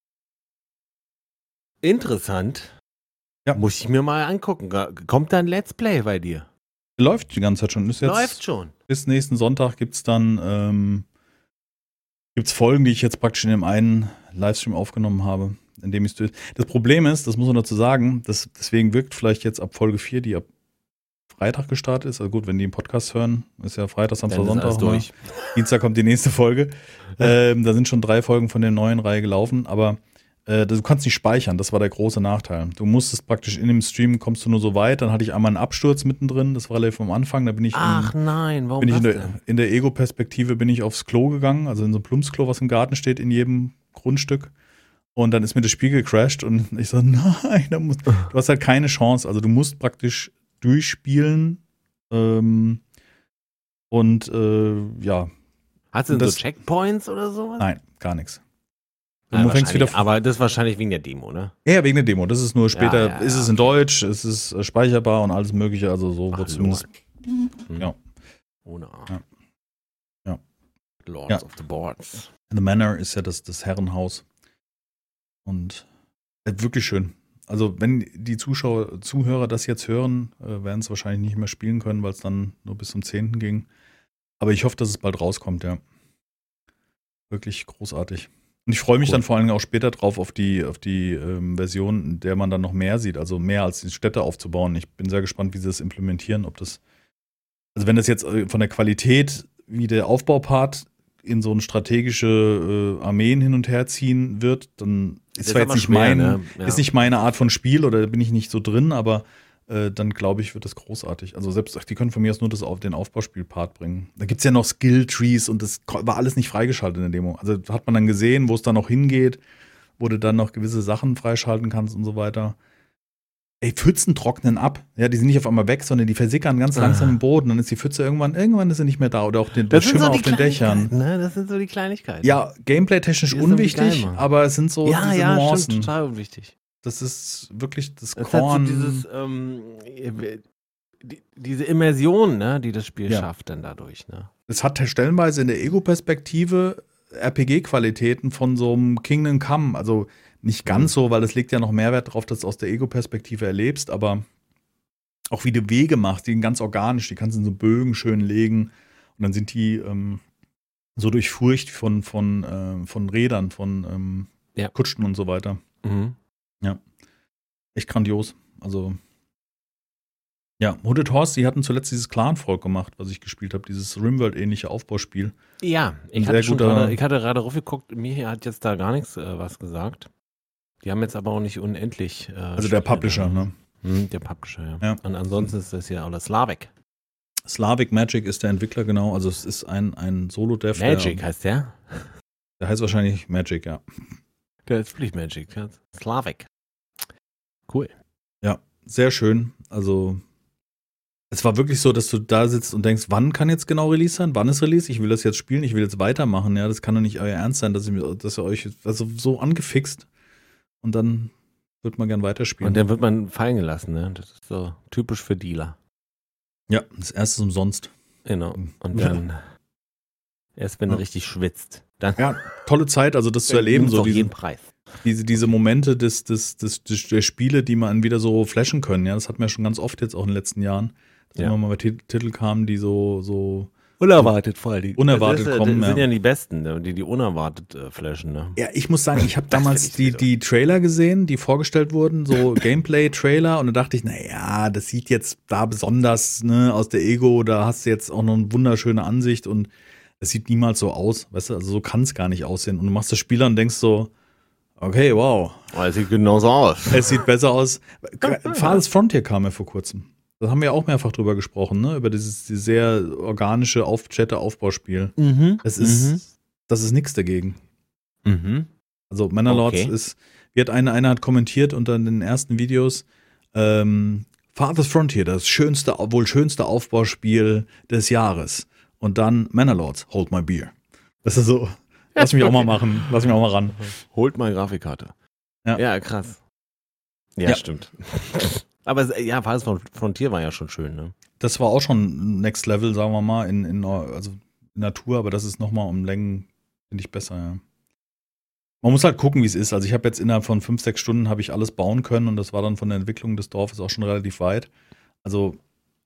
Interessant.
Ja.
Muss ich mir mal angucken. Kommt da ein Let's Play bei dir?
Läuft die ganze Zeit schon. Ist jetzt,
Läuft schon.
Bis nächsten Sonntag gibt es dann ähm, gibt's Folgen, die ich jetzt praktisch in dem einen Livestream aufgenommen habe, in dem ich das Problem ist, das muss man dazu sagen, das, deswegen wirkt vielleicht jetzt ab Folge vier, die ab Freitag gestartet ist. Also gut, wenn die im Podcast hören, ist ja Freitag, Samstag,
Dann ist
Sonntag.
alles
ne?
durch.
Dienstag kommt die nächste Folge. ähm, da sind schon drei Folgen von der neuen Reihe gelaufen, aber äh, du kannst nicht speichern, das war der große Nachteil. Du musstest praktisch in dem Stream, kommst du nur so weit, dann hatte ich einmal einen Absturz mittendrin, das war relativ am Anfang, da bin ich
Ach
in,
nein, warum
bin ich
das
in
denn?
der, in der Ego-Perspektive bin ich aufs Klo gegangen, also in so ein Plumpsklo, was im Garten steht, in jedem Grundstück. Und dann ist mir das Spiel gecrashed und ich so, nein, da musst, du hast halt keine Chance. Also du musst praktisch durchspielen ähm, und äh, ja,
Hast du denn
das-
so Checkpoints oder sowas?
nein, gar nichts.
Nein,
Du fängst wieder
aber das ist wahrscheinlich wegen der Demo, ne?
Ja, wegen der Demo. Das ist nur später,
Ja, ja,
ist
ja,
es in
okay.
Deutsch, es ist äh, speicherbar und alles mögliche, also so
Ach,
wird zumindest.
Lord.
Ja.
Ohne A.
Ja. Ja.
Lords
Ja.
of the Boards.
The Manor ist ja das, das Herrenhaus. Und äh, wirklich schön. Also wenn die Zuschauer, Zuhörer das jetzt hören, äh, werden es wahrscheinlich nicht mehr spielen können, weil es dann nur bis zum zehnten ging. Aber ich hoffe, dass es bald rauskommt, ja. Wirklich großartig. Und ich freue mich
Cool.
dann vor allem auch später drauf auf die, auf die ähm, Version, in der man dann noch mehr sieht, also mehr als die Städte aufzubauen. Ich bin sehr gespannt, wie sie das implementieren, ob das, also wenn das jetzt äh, von der Qualität wie der Aufbaupart in so eine strategische äh, Armeen hin und her ziehen wird, dann ist
Das
zwar jetzt
aber
nicht
schwer,
mein,
ne? Ja.
ist nicht meine Art von Spiel oder da bin ich nicht so drin, aber äh, dann glaube ich, wird das großartig. Also selbst, ach, die können von mir aus nur das auf den Aufbauspielpart bringen. Da gibt es ja noch Skill-Trees und das ko- war alles nicht freigeschaltet in der Demo. Also hat man dann gesehen, wo es dann noch hingeht, wo du dann noch gewisse Sachen freischalten kannst und so weiter. Ey, Pfützen trocknen ab. Ja, die sind nicht auf einmal weg, sondern die versickern ganz langsam im Boden. Dann ist die Pfütze irgendwann, irgendwann ist sie nicht mehr da. Oder auch den, der
Das sind
Schimmer
so die
auf den Dächern.
Kleinigkeiten, ne? Das sind so die Kleinigkeiten.
Ja, gameplay-technisch
Die ist irgendwie
unwichtig,
geil, Mann.
aber es sind so
ja,
diese
ja,
Nuancen.
stimmt, total unwichtig.
Das ist wirklich das
Das hat so
Korn.
dieses, ähm, die, diese Immersion, ne, die das Spiel
Ja.
schafft dann dadurch, ne?
Es hat stellenweise in der Ego-Perspektive R P G-Qualitäten von so einem Kingdom Come. Also nicht ganz so, weil das legt ja noch Mehrwert drauf, dass du aus der Ego-Perspektive erlebst, aber auch wie du Wege machst, die sind ganz organisch, die kannst du in so Bögen schön legen und dann sind die ähm, so durchfurcht von, von, äh, von Rädern, von ähm,
Ja.
Kutschen und so weiter.
Mhm.
Ja. Echt grandios. Also ja, Hooded Horse, die hatten zuletzt dieses Clan-Volk gemacht, was ich gespielt habe, dieses Rimworld-ähnliche Aufbauspiel.
Ja, ich
Ein
hatte,
sehr
schon
guter-
gerade, ich hatte gerade raufgeguckt, mir hat jetzt da gar nichts äh, was gesagt. Die haben jetzt aber auch nicht unendlich. Äh,
Also der
Spiele
Publisher,
da.
ne?
Hm, der Publisher, ja.
Ja.
Und ansonsten ist das ja alles Slavic.
Slavic Magic ist der Entwickler, genau. Also es ist ein, ein Solo-Dev.
Magic
Der,
heißt der?
der heißt wahrscheinlich Magic, ja.
Der ist wirklich Magic. Ja. Slavic. Cool.
Ja, sehr schön. Also es war wirklich so, dass du da sitzt und denkst, wann kann jetzt genau Release sein? Wann ist Release? Ich will das jetzt spielen, ich will jetzt weitermachen. Ja, das kann doch nicht euer Ernst sein, dass, ich, mir- dass ihr euch also so angefixt und dann wird man gern weiterspielen.
Und dann wird man fallen gelassen, ne? Das ist so typisch für Dealer.
ja, das erste ist umsonst.
Genau. Und
Ja.
dann erst wenn du
Ja.
richtig schwitzt. Dann
Ja, tolle Zeit, also das zu erleben,
nimmst
so
du jeden
diese,
Preis.
diese, diese Momente des, des, des, des, der Spiele, die man wieder so flashen können. Ja, das hatten wir schon ganz oft jetzt auch in den letzten Jahren. Dass
Ja.
immer mal Tit- Titel kamen, die so, so
Unerwartet vor allem.
Unerwartet
das ist,
kommen,
Das sind
ja.
ja die Besten, ne? die die unerwartet äh, flashen. Ne?
Ja, ich muss sagen, ich habe
Das
damals
find ich
die,
wieder.
die Trailer gesehen, die vorgestellt wurden, so Gameplay-Trailer, und da dachte ich, naja, das sieht jetzt da besonders, ne, aus der Ego, da hast du jetzt auch noch eine wunderschöne Ansicht und es sieht niemals so aus, weißt du, also so kann es gar nicht aussehen. Und du machst das Spiel an und denkst so, okay, wow,
Oh, das sieht genauso aus.
es sieht besser aus. Farthest Frontier kam ja vor kurzem. Da haben wir auch mehrfach drüber gesprochen, ne, über dieses, dieses sehr organische Auf Chatter-Aufbauspiel.
Mhm.
Das ist, das ist nichts dagegen.
Mhm.
Also Manorlords
Okay.
ist, wie hat eine, einer hat kommentiert unter den ersten Videos, ähm, Farthest Frontier, das schönste, wohl schönste Aufbauspiel des Jahres. Und dann Manorlords, Hold My Beer. Das ist so, lass mich auch mal machen, lass mich auch mal ran.
Holt mal Grafikkarte.
Ja.
Ja, krass. Ja,
Ja.
stimmt. Aber es- ja, Farthest Frontier war ja schon schön, ne?
Das war auch schon Next Level, sagen wir mal, in, in, also in Natur, aber das ist nochmal um Längen, finde ich, besser, ja. Man muss halt gucken, wie es ist. Also ich habe jetzt innerhalb von fünf, sechs Stunden habe ich alles bauen können und das war dann von der Entwicklung des Dorfes auch schon relativ weit. Also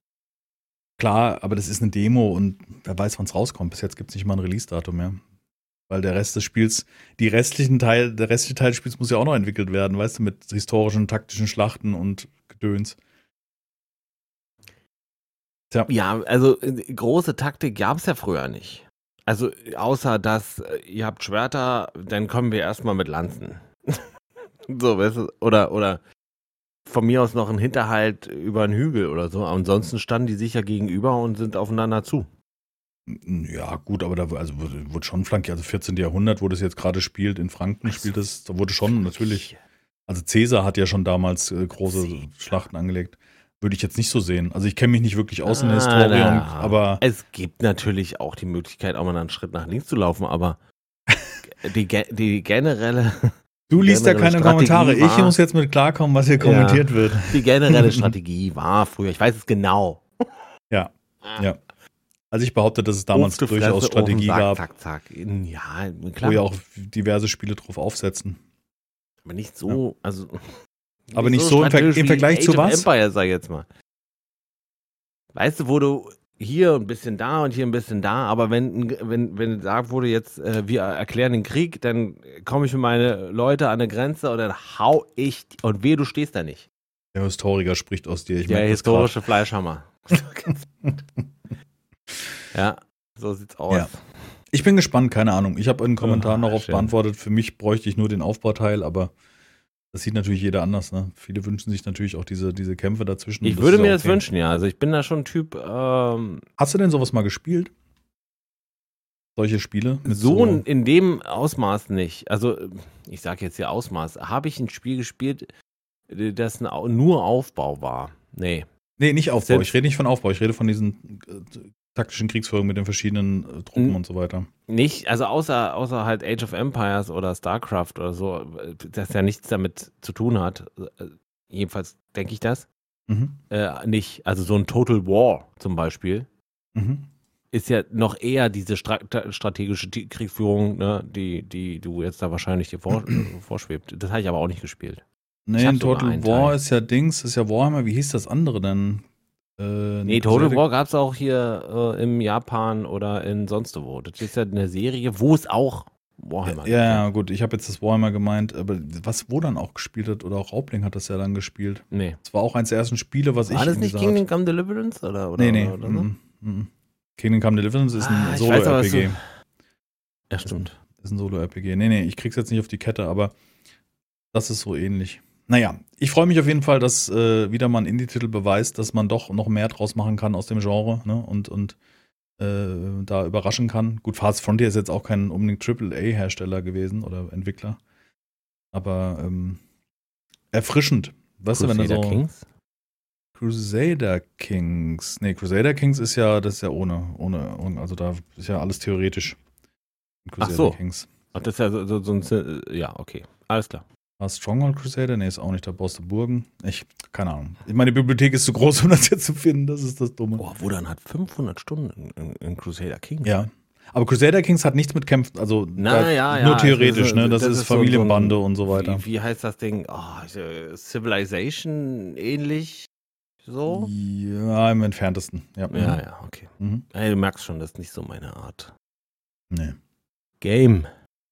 klar, aber das ist eine Demo und wer weiß, wann es rauskommt. Bis jetzt gibt es nicht mal ein Release-Datum mehr. Weil der Rest des Spiels, die restlichen Teil, der restliche Teil des Spiels muss ja auch noch entwickelt werden, weißt du, mit historischen, taktischen Schlachten und Gedöns. Tja.
Ja, also äh, große Taktik gab es ja früher nicht. Also außer dass äh, ihr habt Schwerter, dann kommen wir erstmal mit Lanzen. So, weißt du, oder, oder von mir aus noch ein Hinterhalt über einen Hügel oder so. Ansonsten standen die sich ja gegenüber und sind aufeinander zu.
Ja, gut, aber da also wurde, wurde schon flankiert. Also vierzehnten Jahrhundert, wo das jetzt gerade spielt, in Franken spielt das, da wurde schon natürlich. Also Caesar hat ja schon damals äh, große
Caesar.
Schlachten angelegt. Würde ich jetzt nicht so sehen. Also ich kenne mich nicht wirklich aus in der
Ah,
Historie,
na.
und, aber
Es gibt natürlich auch die Möglichkeit, auch mal einen Schritt nach links zu laufen, aber die, ge- die generelle
du liest ja
generelle
keine
Strategie
Kommentare. Ich
war-
muss jetzt mit klarkommen, was hier
Ja.
kommentiert wird.
die generelle Strategie war früher, ich weiß es genau.
Ja, ja. Also ich behaupte, dass es damals
Auf die
durchaus
Fresse,
Strategie
auf den Sack,
gab,
Zack, zack. Ja,
wo
klar.
ja auch diverse Spiele drauf aufsetzen.
Aber nicht so, also.
Aber nicht so im Ver-
strategisch
im
wie
Vergleich
Age
zu
of
was?
Empire, sag ich jetzt mal. Weißt du, wo du hier ein bisschen da und hier ein bisschen da, aber wenn, wenn, wenn gesagt wurde, jetzt, äh, wir erklären den Krieg, dann komme ich mit meine Leute an eine Grenze und dann hau ich, und weh, du stehst da nicht.
Der Historiker spricht aus dir. Ich
Der
merke das grad.
historische Fleischhammer. Ja, so sieht's aus.
Ja. Ich bin gespannt, keine Ahnung. Ich habe in den Kommentaren
Ah,
noch oft
schön.
beantwortet, für mich bräuchte ich nur den Aufbauteil, aber das sieht natürlich jeder anders. Ne? Viele wünschen sich natürlich auch diese, diese Kämpfe dazwischen.
Ich
Das
würde
ist
mir
auch
das
okay.
wünschen, ja. Also ich bin da schon ein Typ, ähm,
Hast du denn sowas mal gespielt? Solche Spiele? Mit
so in- in dem Ausmaß nicht. Also, ich sage jetzt hier Ausmaß. Habe ich ein Spiel gespielt, äh, das ein Au- nur Aufbau war? Nee.
Nee, nicht Aufbau.
Selbst-
Ich rede nicht von Aufbau. Ich rede von diesen äh, taktischen Kriegsführungen mit den verschiedenen äh, Truppen
Hm.
und so weiter.
Nicht, also außer, außer halt Age of Empires oder StarCraft oder so, äh, das ja nichts damit zu tun hat. Äh, Jedenfalls denke ich das.
Mhm.
Äh, nicht. Also so ein Total War zum Beispiel.
Mhm.
ist ja noch eher diese Stra- strategische Kriegsführung, ne, die, die du jetzt da wahrscheinlich dir vor, vorschwebt. Das habe ich aber auch nicht gespielt.
Nee, in Total War ist ja Dings, ist ja Warhammer, wie hieß das andere denn?
Äh, nee, Total War gab es auch hier äh, im Japan oder in sonst wo. Das ist ja eine Serie, wo es auch Warhammer
ja, ja, ja, gut, ich habe jetzt das Warhammer gemeint, aber was wo dann auch gespielt hat, oder auch Raubling hat das ja dann gespielt.
Nee.
Das war auch eins der ersten Spiele, was
war
ich
War das nicht Kingdom Come Deliverance? Oder, oder,
nee, nee.
Oder so?
Mm, mm. Kingdom Come Deliverance ist ein
ah,
Solo-R P G.
Du... Ja, stimmt.
Ist ein Solo-R P G. Nee, nee, ich krieg's jetzt nicht auf die Kette, aber das ist so ähnlich. Naja, ich freue mich auf jeden Fall, dass äh, wieder mal ein Indie-Titel beweist, dass man doch noch mehr draus machen kann aus dem Genre, ne? Und, und äh, da überraschen kann. Gut, Fast Frontier ist jetzt auch kein unbedingt Triple A-Hersteller gewesen oder Entwickler. Aber ähm, erfrischend. Weißt
Crusader
du, wenn er so.
Kings?
Crusader Kings. Nee, Crusader Kings ist ja, das ist ja ohne, ohne, also da ist ja alles theoretisch.
Crusader Ach so. Kings. Ach, das ist ja so, so, so ein, ja, okay. Alles klar.
War Stronghold Crusader? Nee, ist auch nicht, da baust du Burgen. Ich, keine Ahnung. Meine Bibliothek ist zu groß, um das jetzt zu finden, das ist das Dumme.
Boah, Wodan hat fünfhundert Stunden in, in Crusader Kings.
Ja. Aber Crusader Kings hat nichts mit Kämpfen, also
Na, ja,
nur
ja,
theoretisch,
also,
ne? Das,
das
ist,
ist
Familienbande
so ein,
und so weiter.
Wie, wie heißt das Ding? Oh, Civilization ähnlich? So?
Ja, im entferntesten. Ja,
ja, ja okay.
Mhm.
Ja, du merkst schon, das ist nicht so meine Art.
Nee.
Game.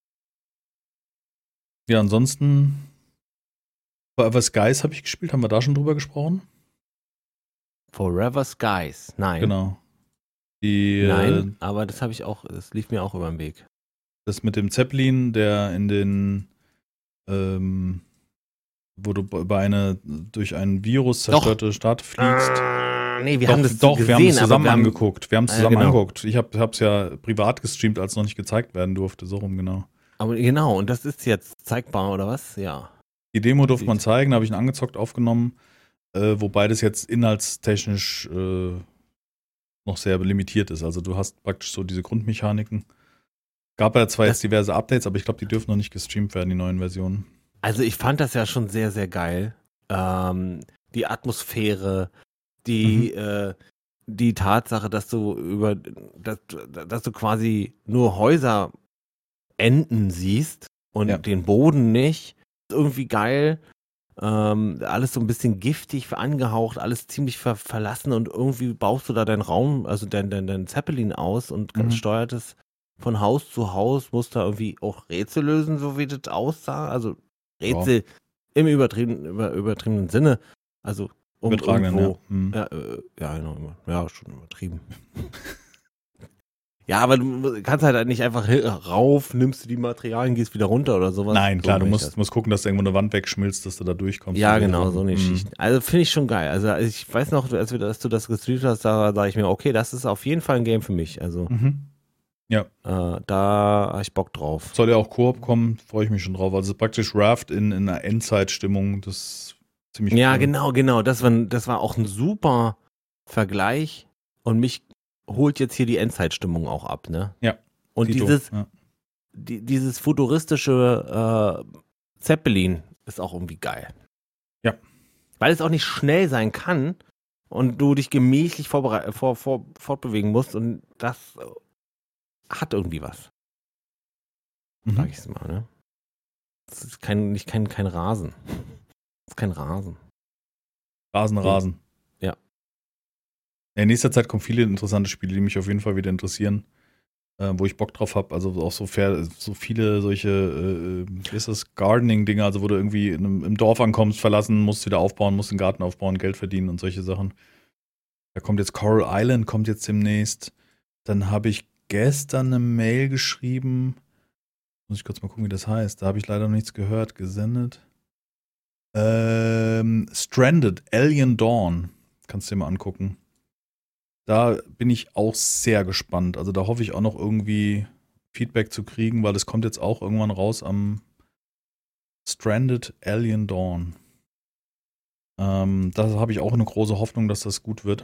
Ja, ansonsten Forever Skies habe ich gespielt. Haben wir da schon drüber gesprochen?
Forever Skies? Nein.
Genau. Die,
Nein, äh, aber das habe ich auch, das lief mir auch über den Weg.
Das mit dem Zeppelin, der in den ähm, wo du über eine durch ein Virus zerstörte doch. Stadt fliegst.
Äh, nee, wir
doch,
haben das
doch,
gesehen,
wir haben es zusammen
wir haben,
angeguckt. Wir haben es zusammen
äh, genau.
angeguckt. Ich habe es ja privat gestreamt, als es noch nicht gezeigt werden durfte. So rum, genau.
Aber genau, und das ist jetzt zeigbar, oder was? Ja.
Die Demo durfte man zeigen, da habe ich ihn angezockt aufgenommen, äh, wobei das jetzt inhaltstechnisch äh, noch sehr limitiert ist. Also du hast praktisch so diese Grundmechaniken. Gab ja zwar das jetzt diverse Updates, aber ich glaube, die dürfen noch nicht gestreamt werden, die neuen Versionen.
Also ich fand das ja schon sehr, sehr geil. Ähm, die Atmosphäre, die, mhm. äh, die Tatsache, dass du über, dass, dass du quasi nur Häuser enden siehst und ja. den Boden nicht. Irgendwie geil. Ähm, alles so ein bisschen giftig, angehaucht, alles ziemlich ver- verlassen und irgendwie baust du da deinen Raum, also dein, dein, dein Zeppelin aus und mhm. steuert es von Haus zu Haus, musst da irgendwie auch Rätsel lösen, so wie das aussah. Also Rätsel ja. im übertriebenen, über, übertriebenen Sinne. Also um
Übertragenen,
irgendwo,
ja. Hm.
Ja, äh, ja, genau, ja, schon übertrieben. Ja, aber du kannst halt nicht einfach rauf, nimmst du die Materialien, gehst wieder runter oder sowas.
Nein, klar,
so
du musst, musst gucken, dass du irgendwo eine Wand wegschmilzt, dass du da durchkommst.
Ja, genau, so eine mhm. Schicht. Also finde ich schon geil. Also ich weiß noch, als, wir, als du das gestreamt hast, da sage ich mir, okay, das ist auf jeden Fall ein Game für mich. Also
mhm. ja.
Äh, da habe ich Bock drauf.
Soll ja auch Koop kommen, freue ich mich schon drauf. Also praktisch Raft in, in einer Endzeitstimmung, das ist ziemlich
Ja,
cool.
genau, genau. Das war, das war auch ein super Vergleich und mich holt jetzt hier die Endzeitstimmung auch ab, ne?
Ja.
Und
Tito,
dieses,
ja.
die, dieses futuristische äh, Zeppelin ist auch irgendwie geil.
Ja.
Weil es auch nicht schnell sein kann und du dich gemächlich vorbere- vor, vor, fortbewegen musst und das hat irgendwie was.
Mhm.
Sag ich es mal, ne? Das ist kein, nicht kein, kein Rasen. Das ist kein Rasen.
Rasen, Rasen.
Ja.
In nächster Zeit kommen viele interessante Spiele, die mich auf jeden Fall wieder interessieren, äh, wo ich Bock drauf habe. Also auch so, fair, so viele solche, äh, wie ist das, Gardening-Dinger, also wo du irgendwie in einem, im Dorf ankommst, verlassen, musst wieder aufbauen, musst einen Garten aufbauen, Geld verdienen und solche Sachen. Da kommt jetzt Coral Island, kommt jetzt demnächst. Dann habe ich gestern eine Mail geschrieben, muss ich kurz mal gucken, wie das heißt. Da habe ich leider noch nichts gehört, gesendet. Ähm, Stranded, Alien Dawn. Kannst du dir mal angucken. Da bin ich auch sehr gespannt. Also da hoffe ich auch noch irgendwie Feedback zu kriegen, weil es kommt jetzt auch irgendwann raus am Stranded Alien Dawn. Ähm, da habe ich auch eine große Hoffnung, dass das gut wird.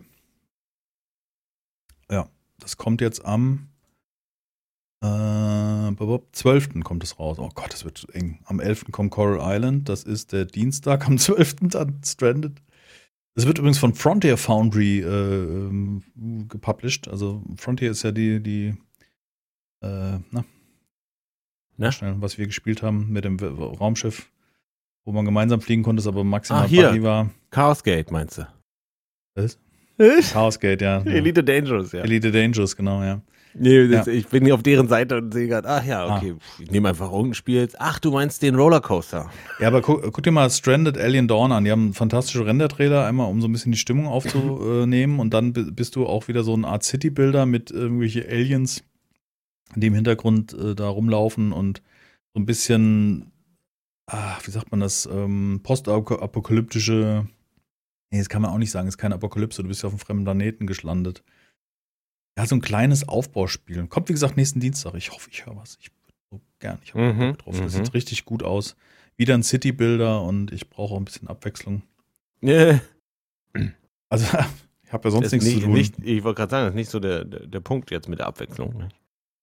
Ja, das kommt jetzt am äh, zwölften kommt es raus. Oh Gott, das wird eng. Am elften kommt Coral Island. Das ist der Dienstag. Am zwölften dann Stranded. Es wird übrigens von Frontier Foundry äh, gepublished. Also Frontier ist ja die, die äh, na,
Na?
schnell, was wir gespielt haben mit dem Raumschiff, wo man gemeinsam fliegen konnte, es aber maximal
Ah, hier.
buggy war.
Chaos Gate, meinst du?
Was? Chaos Gate, ja. ja.
Elite Dangerous, ja.
Elite Dangerous, genau, ja.
Nee, das,
Ja.
ich bin auf deren Seite und sehe gerade, ach ja, okay, ich nehme einfach irgendein Spiel jetzt. Ach, du meinst den Rollercoaster.
Ja, aber guck, guck dir mal Stranded Alien Dawn an. Die haben fantastische Render-Trailer, einmal um so ein bisschen die Stimmung aufzunehmen und dann b- bist du auch wieder so eine Art City-Builder mit irgendwelche Aliens, die im Hintergrund äh, da rumlaufen und so ein bisschen, ah, wie sagt man das, ähm, postapokalyptische, nee, das kann man auch nicht sagen, ist keine Apokalypse, du bist ja auf einem fremden Planeten geschlandet. Ja, so ein kleines Aufbauspiel. Kommt, wie gesagt, nächsten Dienstag. Ich hoffe, ich höre was. Ich würde so gern. Ich habe
Mhm,
Bock drauf. Das
mhm.
sieht richtig gut aus. Wieder ein City-Builder und ich brauche auch ein bisschen Abwechslung.
Nee,
Also, ich habe ja sonst
ist
nichts
nicht,
zu tun.
nicht, ich wollte gerade sagen, das ist nicht so der, der, der Punkt jetzt mit der Abwechslung. Ne?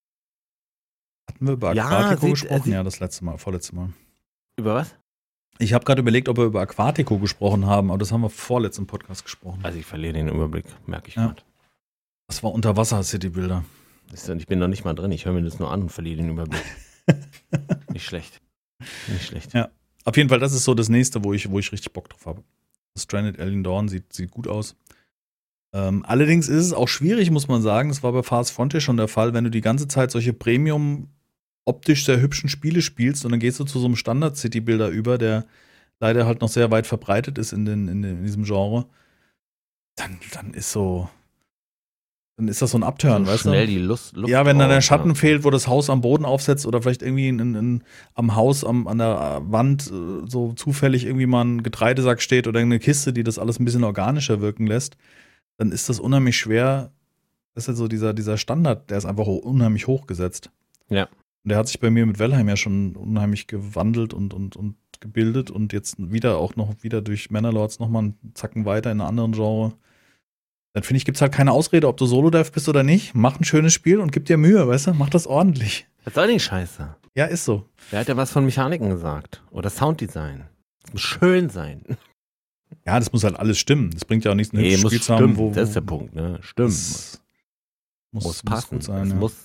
Hatten wir über
Ja,
Aquatico
sieht-
gesprochen?
sieht-
Ja, das letzte Mal, vorletzte Mal.
Über was?
Ich habe gerade überlegt, ob wir über Aquatico gesprochen haben, aber das haben wir vorletzten Podcast gesprochen.
Also ich verliere den Überblick, merke ich
Ja.
gerade.
Das war Unterwasser-City-Builder.
Ich bin noch nicht mal drin, ich höre mir das nur an und verliere den Überblick. Nicht schlecht. Nicht schlecht.
Ja. Auf jeden Fall, das ist so das nächste, wo ich, wo ich richtig Bock drauf habe. Stranded Alien Dawn sieht, sieht gut aus. Ähm, allerdings ist es auch schwierig, muss man sagen. Das war bei Fast Frontier schon der Fall, wenn du die ganze Zeit solche Premium optisch sehr hübschen Spiele spielst und dann gehst du zu so einem Standard-City-Builder über, der leider halt noch sehr weit verbreitet ist in, den, in, den, in diesem Genre. Dann, dann ist so, dann ist das so ein Upturn,
So
weißt
schnell
du?
die Lust, Luft
Ja, wenn dann der
raus,
Schatten
ja.
fehlt, wo das Haus am Boden aufsetzt oder vielleicht irgendwie in, in, in, am Haus, am, an der Wand äh, so zufällig irgendwie mal ein Getreidesack steht oder eine Kiste, die das alles ein bisschen organischer wirken lässt, dann ist das unheimlich schwer. Das ist ja so dieser, dieser Standard, der ist einfach ho- unheimlich hochgesetzt.
Ja.
Und der hat sich bei mir mit Valheim ja schon unheimlich gewandelt und, und, und gebildet und jetzt wieder auch noch wieder durch Manorlords nochmal einen Zacken weiter in einer anderen Genre. Dann finde ich, gibt es halt keine Ausrede, ob du Solo-Dev bist oder nicht. Mach ein schönes Spiel und gib dir Mühe, weißt du? Mach das ordentlich.
Was soll die Scheiße?
Ja, ist so.
Wer hat ja was von Mechaniken gesagt? Oder Sounddesign. Es muss schön sein.
Ja, das muss halt alles stimmen. Das bringt ja auch nichts, ein
Nee,
hübsches
muss
Spiel zu
stimmen.
haben, wo,
das ist der Punkt, ne? Stimmen.
Das muss,
muss passen.
gut sein.
es
Ja.
muss,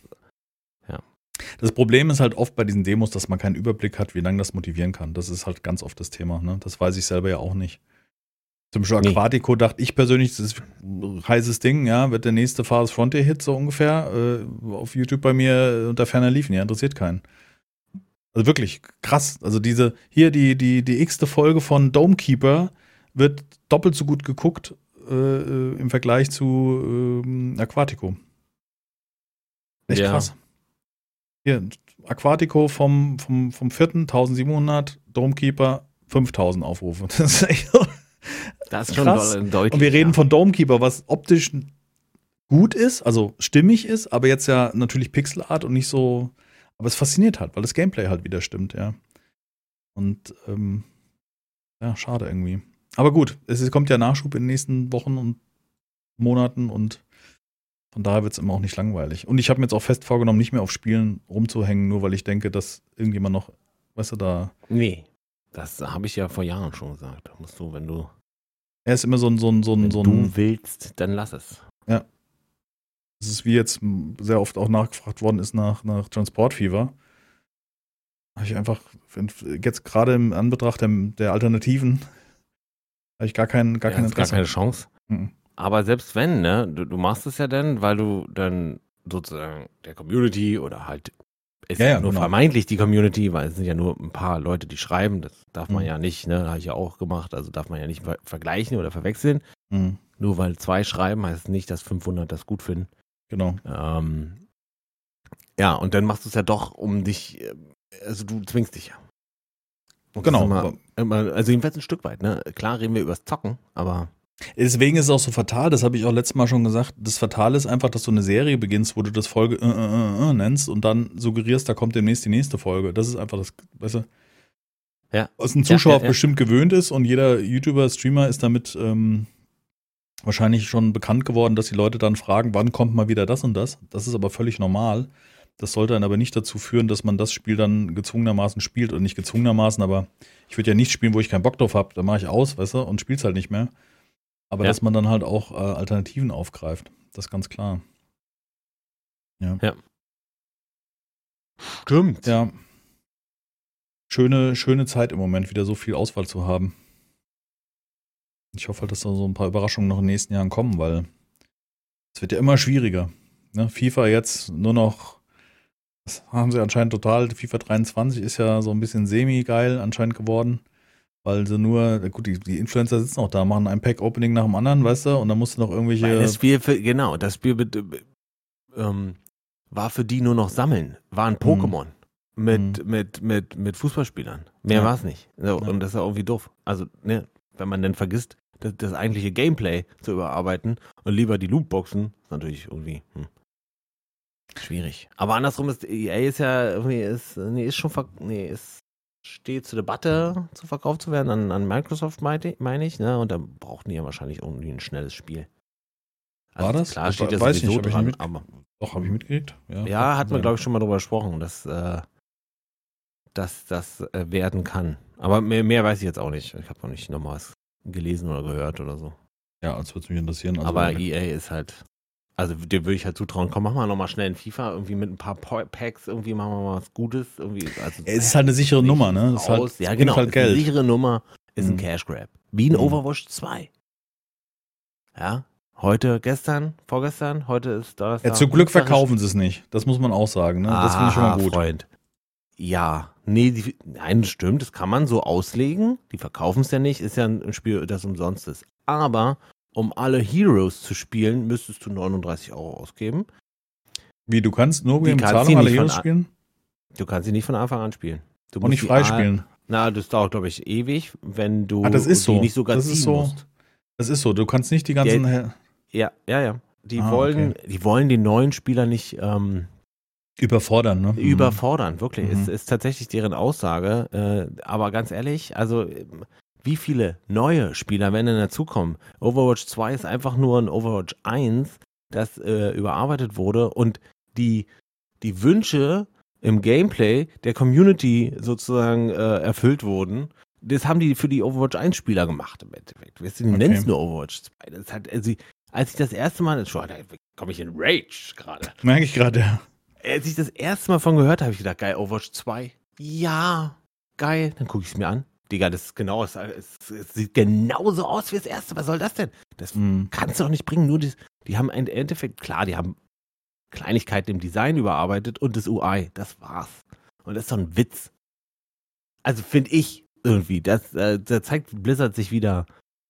Das Problem ist halt oft bei diesen Demos, dass man keinen Überblick hat, wie lange das motivieren kann. Das ist halt ganz oft das Thema. Ne? Das weiß ich selber ja auch nicht. Zum Beispiel
Nee.
Aquatico dachte ich persönlich, das ist ein heißes Ding, ja, wird der nächste Fast Frontier-Hit so ungefähr äh, auf YouTube bei mir unter ferner liefen. Ja, interessiert keinen. Also wirklich krass. Also diese, hier die, die, die x-te Folge von Domekeeper wird doppelt so gut geguckt äh, äh, im Vergleich zu ähm, Aquatico. Echt
Ja.
krass. Hier, Aquatico vom, vom, vom vierten eintausendsiebenhundert, Domekeeper fünftausend Aufrufe. Das ist echt so.
das ist schon
Krass.
doll- deutlich.
Und wir reden
ja.
von Domekeeper, was optisch gut ist, also stimmig ist, aber jetzt ja natürlich Pixelart und nicht so. Aber es fasziniert halt, weil das Gameplay halt wieder stimmt, ja. Und ähm, ja, schade irgendwie. Aber gut, es ist- kommt ja Nachschub in den nächsten Wochen und Monaten und von daher wird es immer auch nicht langweilig. Und ich habe mir jetzt auch fest vorgenommen, nicht mehr auf Spielen rumzuhängen, nur weil ich denke, dass irgendjemand noch, weißt du, da.
Nee. Das habe ich ja vor Jahren schon gesagt. Da musst du, wenn du,
Er ist immer so ein, so ein, so ein,
wenn
so
du
ein.
willst, dann lass es.
Das ist wie jetzt sehr oft auch nachgefragt worden ist nach, nach Transport Fever. Habe ich einfach, jetzt gerade im Anbetracht der, der Alternativen, habe ich gar kein, gar
ja,
kein
hast gar
Interesse.
keine Chance.
Mhm.
Aber selbst wenn, ne, du, du machst es ja dann, weil du dann sozusagen der Community oder halt ist
Ja,
ja,
ja,
nur
genau.
vermeintlich die Community, weil es sind ja nur ein paar Leute, die schreiben, das darf man
Mhm.
ja nicht, ne, habe ich ja auch gemacht, also darf man ja nicht ver vergleichen oder verwechseln.
Mhm.
Nur weil zwei schreiben, heißt es nicht, dass fünfhundert das gut finden.
Genau.
Ähm, ja, und dann machst du es ja doch, um dich, äh, also du zwingst dich ja. Und das
Genau.
ist Immer, immer, also jedenfalls ein Stück weit, ne? Klar reden wir übers Zocken, aber
Deswegen ist es auch so fatal, das habe ich auch letztes Mal schon gesagt. Das Fatale ist einfach, dass du eine Serie beginnst, wo du das Folge äh, äh, äh, nennst und dann suggerierst, da kommt demnächst die nächste Folge. Das ist einfach das, weißt du,
ja.
was ein Zuschauer
Ja, ja, ja.
bestimmt gewöhnt ist und jeder YouTuber, Streamer ist damit ähm, wahrscheinlich schon bekannt geworden, dass die Leute dann fragen, wann kommt mal wieder das und das. Das ist aber völlig normal. Das sollte dann aber nicht dazu führen, dass man das Spiel dann gezwungenermaßen spielt oder nicht gezwungenermaßen, aber ich würde ja nicht spielen, wo ich keinen Bock drauf habe. Da mache ich aus, weißt du, und spiel's halt nicht mehr. Aber
Ja.
dass man dann halt auch äh, Alternativen aufgreift, das ist ganz klar. Ja.
Ja. Stimmt.
Ja. Schöne, schöne Zeit im Moment, wieder so viel Auswahl zu haben. Ich hoffe halt, dass da so ein paar Überraschungen noch in den nächsten Jahren kommen, weil es wird ja immer schwieriger. Ne? FIFA jetzt nur noch, das haben sie anscheinend total, FIFA dreiundzwanzig ist ja so ein bisschen semi-geil anscheinend geworden, weil sie nur, gut, die, die Influencer sitzen auch da, machen ein Pack-Opening nach dem anderen, weißt du, und dann musst du noch irgendwelche...
Weil das Spiel, für, genau, das Spiel mit, ähm, war für die nur noch Sammeln, war ein Pokémon. Mit,
Mhm.
mit, mit, mit Fußballspielern. Mehr
Ja.
war es nicht. So,
Ja.
Und das ist ja irgendwie doof. Also, ne, wenn man dann vergisst, das, das eigentliche Gameplay zu überarbeiten und lieber die Lootboxen, ist natürlich irgendwie hm, schwierig. Aber andersrum ist, E A ist ja irgendwie, ist, nee, ist schon, ver- nee, ist, steht zur Debatte, zu verkauft zu werden an, an Microsoft, meine mein ich, ne, und da brauchten die ja wahrscheinlich irgendwie ein schnelles Spiel.
War das?
Klar
Das
steht ja
weiß ich
sowieso
nicht, hab ich
dran,
nicht
aber
Doch, habe ich mitgekriegt. Ja,
ja, hat man,
sein.
glaube ich, schon mal drüber gesprochen, dass, äh, dass das äh, werden kann. Aber mehr, mehr weiß ich jetzt auch nicht. Ich habe noch nicht nochmal was gelesen oder gehört oder so.
Ja, als würde es mich interessieren. Also,
Aber E A ist halt, also dem würde ich halt zutrauen, komm, mach mal nochmal schnell ein FIFA, irgendwie mit ein paar Po- Packs, irgendwie machen wir mal was Gutes. Irgendwie, also,
es ist halt eine sichere
nicht
Nummer, ne? Das ist halt,
raus.
das
Ja,
bringt
genau.
halt
Ist eine
Geld.
sichere Nummer, ist ein
Mhm.
Cash Grab. Wie ein
Mhm.
Overwatch zwei. Ja, heute, gestern, vorgestern, heute ist Donnerstag.
Ja, zum Glück
Dienstag ist-
verkaufen sie es nicht. Das muss man auch sagen, ne? Das finde ich schon mal
Aha,
gut.
Freund. Ja, nee, die, nein, stimmt, das kann man so auslegen. Die verkaufen es ja nicht, ist ja ein Spiel, das umsonst ist. Aber um alle Heroes zu spielen, müsstest du neununddreißig Euro ausgeben.
Wie, du kannst nur
Die
mit
kannst
Bezahlung
du
alle
nicht
Heroes
von-
spielen?
Du kannst sie nicht von Anfang an spielen. Du
Und nicht
die
freispielen?
A- Na, das dauert, glaube ich, ewig, wenn du
Ah, das ist
die
so.
nicht sogar
Das
ziehen
ist so.
musst.
Das ist so. Du kannst nicht die ganzen... Hä-
Ja, ja, ja. Die
Ah,
wollen,
okay.
die wollen den neuen Spieler nicht ähm,
überfordern, ne? Mhm.
überfordern, wirklich.
Mhm.
Ist, ist tatsächlich deren Aussage. Äh, aber ganz ehrlich, also ähm, wie viele neue Spieler werden denn dazukommen? Overwatch zwei ist einfach nur ein Overwatch eins, das äh, überarbeitet wurde und die, die Wünsche im Gameplay der Community sozusagen äh, erfüllt wurden. Das haben die für die Overwatch eins Spieler gemacht im Endeffekt. Weißt du, die
Okay.
nennen es nur Overwatch zwei. Das hat, also, als ich das erste Mal, schon, da komme ich in Rage gerade.
Merke ich gerade, ja.
Als ich das erste Mal von gehört habe, habe ich gedacht, geil, Overwatch zwei. Ja, geil. Dann gucke ich es mir an. Digga, das ist genau, es, es, es sieht genauso aus wie das erste. Was soll das denn? Das
Mhm.
kannst du doch nicht bringen. Nur das, die haben im Endeffekt, klar, die haben Kleinigkeiten im Design überarbeitet und das U I. Das war's. Und das ist doch ein Witz. Also finde ich irgendwie, das, äh, da zeigt Blizzard sich wieder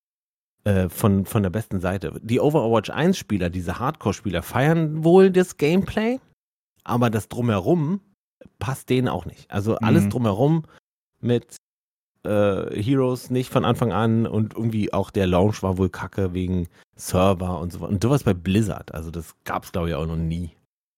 äh, von, von der besten Seite. Die Overwatch eins Spieler, diese Hardcore-Spieler, feiern wohl das Gameplay, aber das Drumherum passt denen auch nicht. Also alles
Mhm.
Drumherum mit äh, Heroes nicht von Anfang an und irgendwie auch der Launch war wohl kacke wegen Server und so weiter. Und sowas bei Blizzard, also das gab's glaube ich auch noch nie.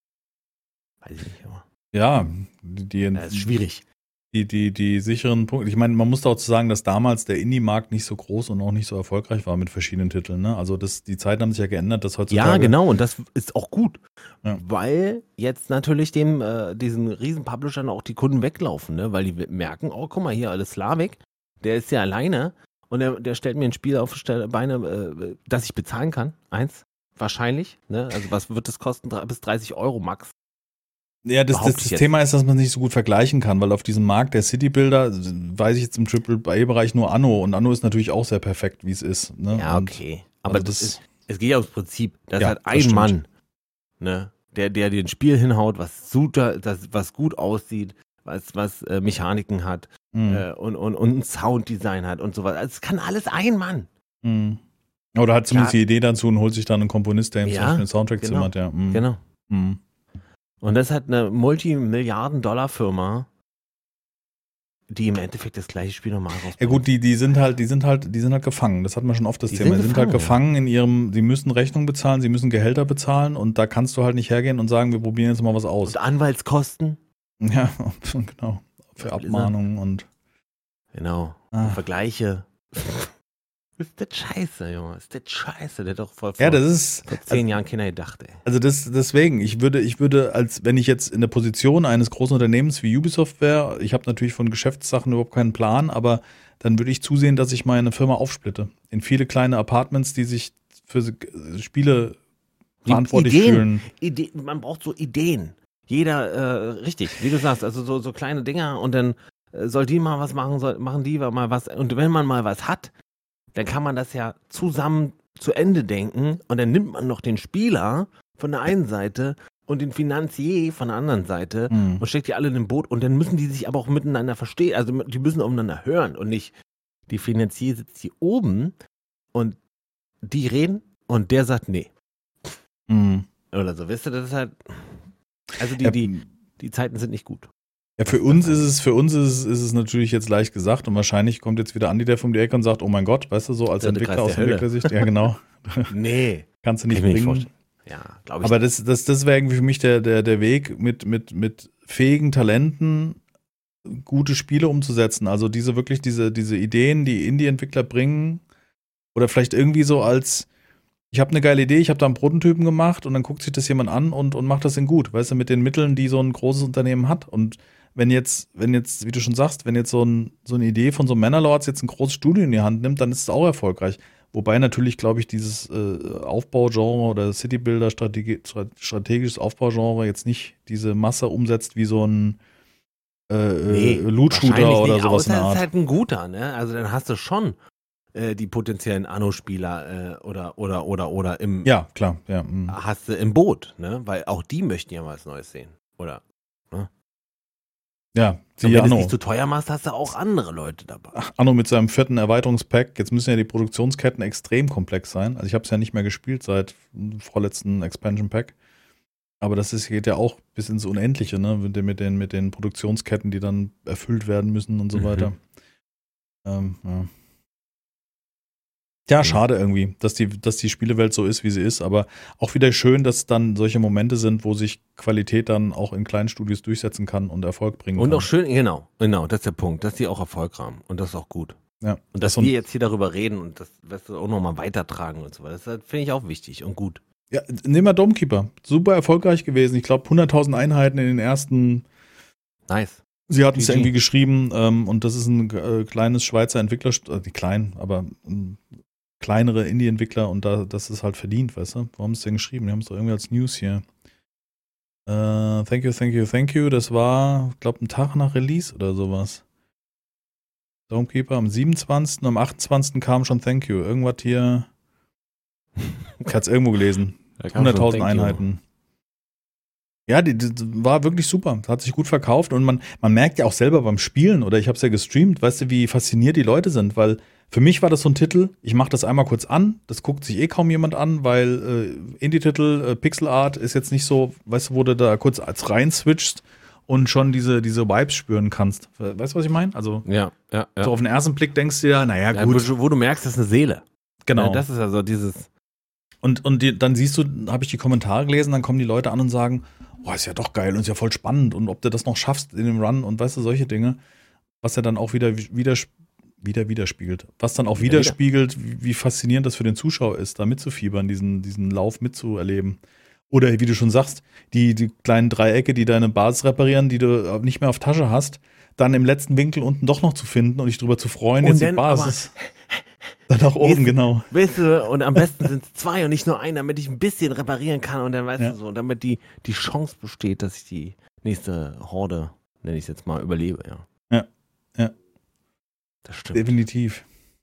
Weiß ich nicht, aber
Ja, die, die,
das ist schwierig.
die, die, die sicheren Punkte. Ich meine, man muss auch zu sagen, dass damals der Indie-Markt nicht so groß und auch nicht so erfolgreich war mit verschiedenen Titeln. Ne? Also das, die Zeiten haben sich ja geändert, dass heutzutage...
Ja, genau, und das ist auch gut.
Ja.
Weil jetzt natürlich dem, äh, diesen riesen Publishern auch die Kunden weglaufen, ne? Weil die merken, oh, guck mal hier, alles Slavik, der ist ja alleine und der, der stellt mir ein Spiel auf die Beine, äh, das ich bezahlen kann. Eins, wahrscheinlich. Ne? Also was wird das kosten? Drei bis dreißig Euro max.
Ja, das, das,
Behaupte ich
das
jetzt.
Thema ist, dass man es nicht so gut vergleichen kann, weil auf diesem Markt der City-Builder weiß ich jetzt im Triple-A-Bereich nur Anno und Anno ist natürlich auch sehr perfekt, wie es ist. Ne?
Ja,
Und
okay. Aber
also
das
das-
ist, es geht ja ums Prinzip. Das
Ja,
ist halt
das
ein
stimmt.
Mann, ne? der, der dir ein Spiel hinhaut, was super, das, was gut aussieht, was, was äh, Mechaniken hat.
mh,
Äh, und, und, und ein Sounddesign hat und so weiter. Also es kann alles ein Mann.
mh. Oder hat zumindest
Klar.
die Idee dazu und holt sich dann einen Komponist, der ihm
Ja,
zum Beispiel einen Soundtrack
genau.
zimmert. Ja. mh,
Genau.
mh.
Und das hat eine Multimilliarden-Dollar-Firma, die im Endeffekt das gleiche Spiel nochmal rausbringt.
Ja gut, die, die sind halt, die sind halt, die sind halt gefangen. Das hat man schon oft das
Die
Thema.
sind
Die sind halt
gefangen,
gefangen in ihrem, sie müssen Rechnung bezahlen, sie müssen Gehälter bezahlen und da kannst du halt nicht hergehen und sagen, wir probieren jetzt mal was aus.
Und Anwaltskosten.
Ja, genau. Für
Bei Blizzard.
Abmahnungen und
Genau.
ah.
Vergleiche. Ist das scheiße, Junge. Ist das scheiße. Der hat doch vor,
Ja,
vor,
das ist,
vor zehn Jahren Kinder gedacht, ey.
also das, deswegen, ich würde, ich würde, als wenn ich jetzt in der Position eines großen Unternehmens wie Ubisoft wäre, ich habe natürlich von Geschäftssachen überhaupt keinen Plan, aber dann würde ich zusehen, dass ich meine Firma aufsplitte. in viele kleine Apartments, die sich für Spiele verantwortlich
Ideen,
fühlen.
Ideen, man braucht so Ideen. Jeder, äh, richtig, wie du sagst, also so, so kleine Dinger und dann äh, soll die mal was machen, soll, machen die mal was. Und wenn man mal was hat, dann kann man das ja zusammen zu Ende denken und dann nimmt man noch den Spieler von der einen Seite und den Finanzier von der anderen Seite
Mhm.
und steckt die alle in ein Boot und dann müssen die sich aber auch miteinander verstehen, also die müssen aufeinander hören und nicht die Finanzier sitzt hier oben und die reden und der sagt nee.
Mhm.
Oder so, weißt du, das ist halt, also die,
Ja,
die, die Zeiten sind nicht gut.
Ja, für uns ist es, für uns ist es, ist es natürlich jetzt leicht gesagt und wahrscheinlich kommt jetzt wieder Andi, der um die Ecke und sagt, oh mein Gott, weißt du, so als
Dritte
Entwickler
Kreis
aus
der Hölle.
Entwicklersicht, ja genau,
Nee,
kannst du
kann
nicht
ich mir nicht
bringen.
vorstellen. Ja, glaube ich.
Aber das, das, das wäre irgendwie für mich der, der, der Weg, mit, mit, mit fähigen Talenten gute Spiele umzusetzen. Also diese wirklich, diese, diese Ideen, die Indie-Entwickler bringen, oder vielleicht irgendwie so als, ich habe eine geile Idee, ich habe da einen Prototypen gemacht und dann guckt sich das jemand an und, und macht das in gut, weißt du, mit den Mitteln, die so ein großes Unternehmen hat. Und wenn jetzt, wenn jetzt, wie du schon sagst, wenn jetzt so, ein, so eine Idee von so einem Manor-Lords jetzt ein großes Studio in die Hand nimmt, dann ist es auch erfolgreich. Wobei natürlich, glaube ich, dieses äh, Aufbaugenre oder Citybuilder, Strategi- strategisches Aufbaugenre jetzt nicht diese Masse umsetzt wie so ein äh,
nee,
äh, Loot-Shooter oder
nicht,
sowas in
außer
der
es ist
Art.
halt ein guter, ne? Also dann hast du schon äh, die potenziellen Anno-Spieler äh, oder, oder, oder, oder im,
Ja, klar. Ja, mh.
hast du im Boot, ne? Weil auch die möchten ja was Neues sehen, oder?
ja
Und
siehe
wenn du es
Anno.
nicht zu teuer machst, hast du auch andere Leute dabei.
Ach, Anno mit seinem vierten Erweiterungspack. Jetzt müssen ja die Produktionsketten extrem komplex sein. Also ich habe es ja nicht mehr gespielt seit dem vorletzten Expansion Pack. Aber das ist, geht ja auch bis ins Unendliche, ne? Mit den, mit den, mit den Produktionsketen, die dann erfüllt werden müssen und so
Mhm.
weiter. Ähm, ja. Ja,
Mhm.
schade irgendwie, dass die, dass die Spielewelt so ist, wie sie ist. Aber auch wieder schön, dass dann solche Momente sind, wo sich Qualität dann auch in kleinen Studios durchsetzen kann und Erfolg bringen
Und
kann.
auch schön, genau, genau, das ist der Punkt, dass die auch Erfolg haben. Und das ist auch gut.
Ja.
Und dass
So
wir
ein-
jetzt hier darüber reden und das weißt du, auch nochmal weitertragen und so weiter, das finde ich auch wichtig und gut.
Ja, nehmen wir Domekeeper. Super erfolgreich gewesen. Ich glaube, hunderttausend Einheiten in den ersten.
Nice.
Sie hatten es
G G.
irgendwie geschrieben ähm, und das ist ein äh, kleines Schweizer Entwickler, äh, nicht klein, aber ähm, kleinere Indie-Entwickler und da, das ist halt verdient, weißt du? Warum haben sie es denn geschrieben? Die haben es doch irgendwie als News hier. Äh, thank you, thank you, thank you. Das war, ich glaube, ein Tag nach Release oder sowas. Domekeeper am siebenundzwanzigsten am achtundzwanzigsten kam schon Thank you. Irgendwas hier. Ich hatte es irgendwo gelesen.
Da kam schon
hunderttausend
Thank you.
Einheiten. Ja, die, die war wirklich super. Hat sich gut verkauft und man, man merkt ja auch selber beim Spielen oder ich habe es ja gestreamt, weißt du, wie fasziniert die Leute sind, weil für mich war das so ein Titel, ich mache das einmal kurz an, das guckt sich eh kaum jemand an, weil äh, Indie-Titel, äh, Pixel Art ist jetzt nicht so, weißt du, wo du da kurz als rein switchst und schon diese, diese Vibes spüren kannst. Weißt du, was ich meine? Also
Ja, ja, ja.
so auf den ersten Blick denkst du ja, naja,
Ja,
gut,
wo, wo du merkst, das ist eine Seele.
genau.
Ja, das ist ja so dieses,
Und, und die, dann siehst du, habe ich die Kommentare gelesen, dann kommen die Leute an und sagen, oh, ist ja doch geil und ist ja voll spannend und ob du das noch schaffst in dem Run und weißt du, solche Dinge, was ja dann auch wieder, wieder, wieder widerspiegelt. Was dann auch
Wieder,
widerspiegelt, wie, wie faszinierend das für den Zuschauer ist, da mitzufiebern, diesen, diesen Lauf mitzuerleben. Oder wie du schon sagst, die, die kleinen Dreiecke, die deine Basis reparieren, die du nicht mehr auf Tasche hast, dann im letzten Winkel unten doch noch zu finden und dich drüber zu freuen,
Und
jetzt die
dann
Basis. Dann nach oben,
Nächste-
genau.
weißt du, und am besten sind es zwei und nicht nur ein, damit ich ein bisschen reparieren kann und dann weißt
Ja.
du so, damit die, die Chance besteht, dass ich die nächste Horde, nenne ich es jetzt mal, überlebe, ja.
Ja, ja.
Das stimmt.
Definitiv.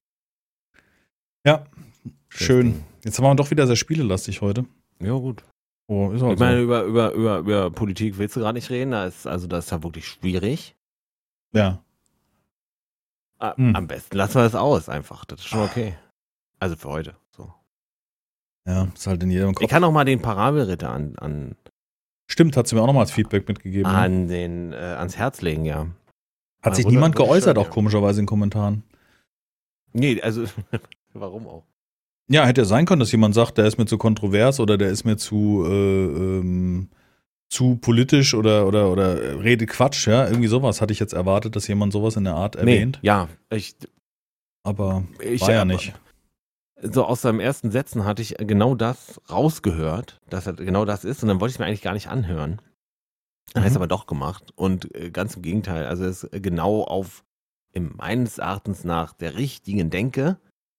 Ja, schön. Jetzt haben wir doch wieder sehr spielelastig heute.
Ja, gut.
Oh, ist auch
Ich meine,
so.
über, über, über, über Politik willst du gerade nicht reden, da ist, also das ist ja wirklich schwierig.
Ja.
Ah,
Hm.
Am besten lassen wir das aus einfach, das ist schon okay. Also für heute, so.
Ja, ist halt in jedem
Ich
Kopf.
kann auch mal den Parabelritter an, an,
Stimmt, hat sie mir auch nochmal als Feedback mitgegeben. ne?
an den, äh, ans Herz legen, ja.
Hat sich
Wunder-
niemand geäußert,
wunderschön,
auch
ja.
komischerweise in Kommentaren.
Nee, also, warum auch?
Ja, hätte ja sein können, dass jemand sagt, der ist mir zu kontrovers oder der ist mir zu, äh, ähm, zu politisch oder, oder, oder redet Quatsch, ja. Irgendwie sowas hatte ich jetzt erwartet, dass jemand sowas in der Art erwähnt.
Nee, ja, ich,
Aber
ich
war ja
aber-
nicht.
So aus seinen ersten Sätzen hatte ich genau das rausgehört, dass er genau das ist und dann wollte ich es mir eigentlich gar nicht anhören. Dann habe ich es
Mhm.
aber doch gemacht und äh, ganz im Gegenteil, also es ist genau auf, in meines Erachtens nach der richtigen Denke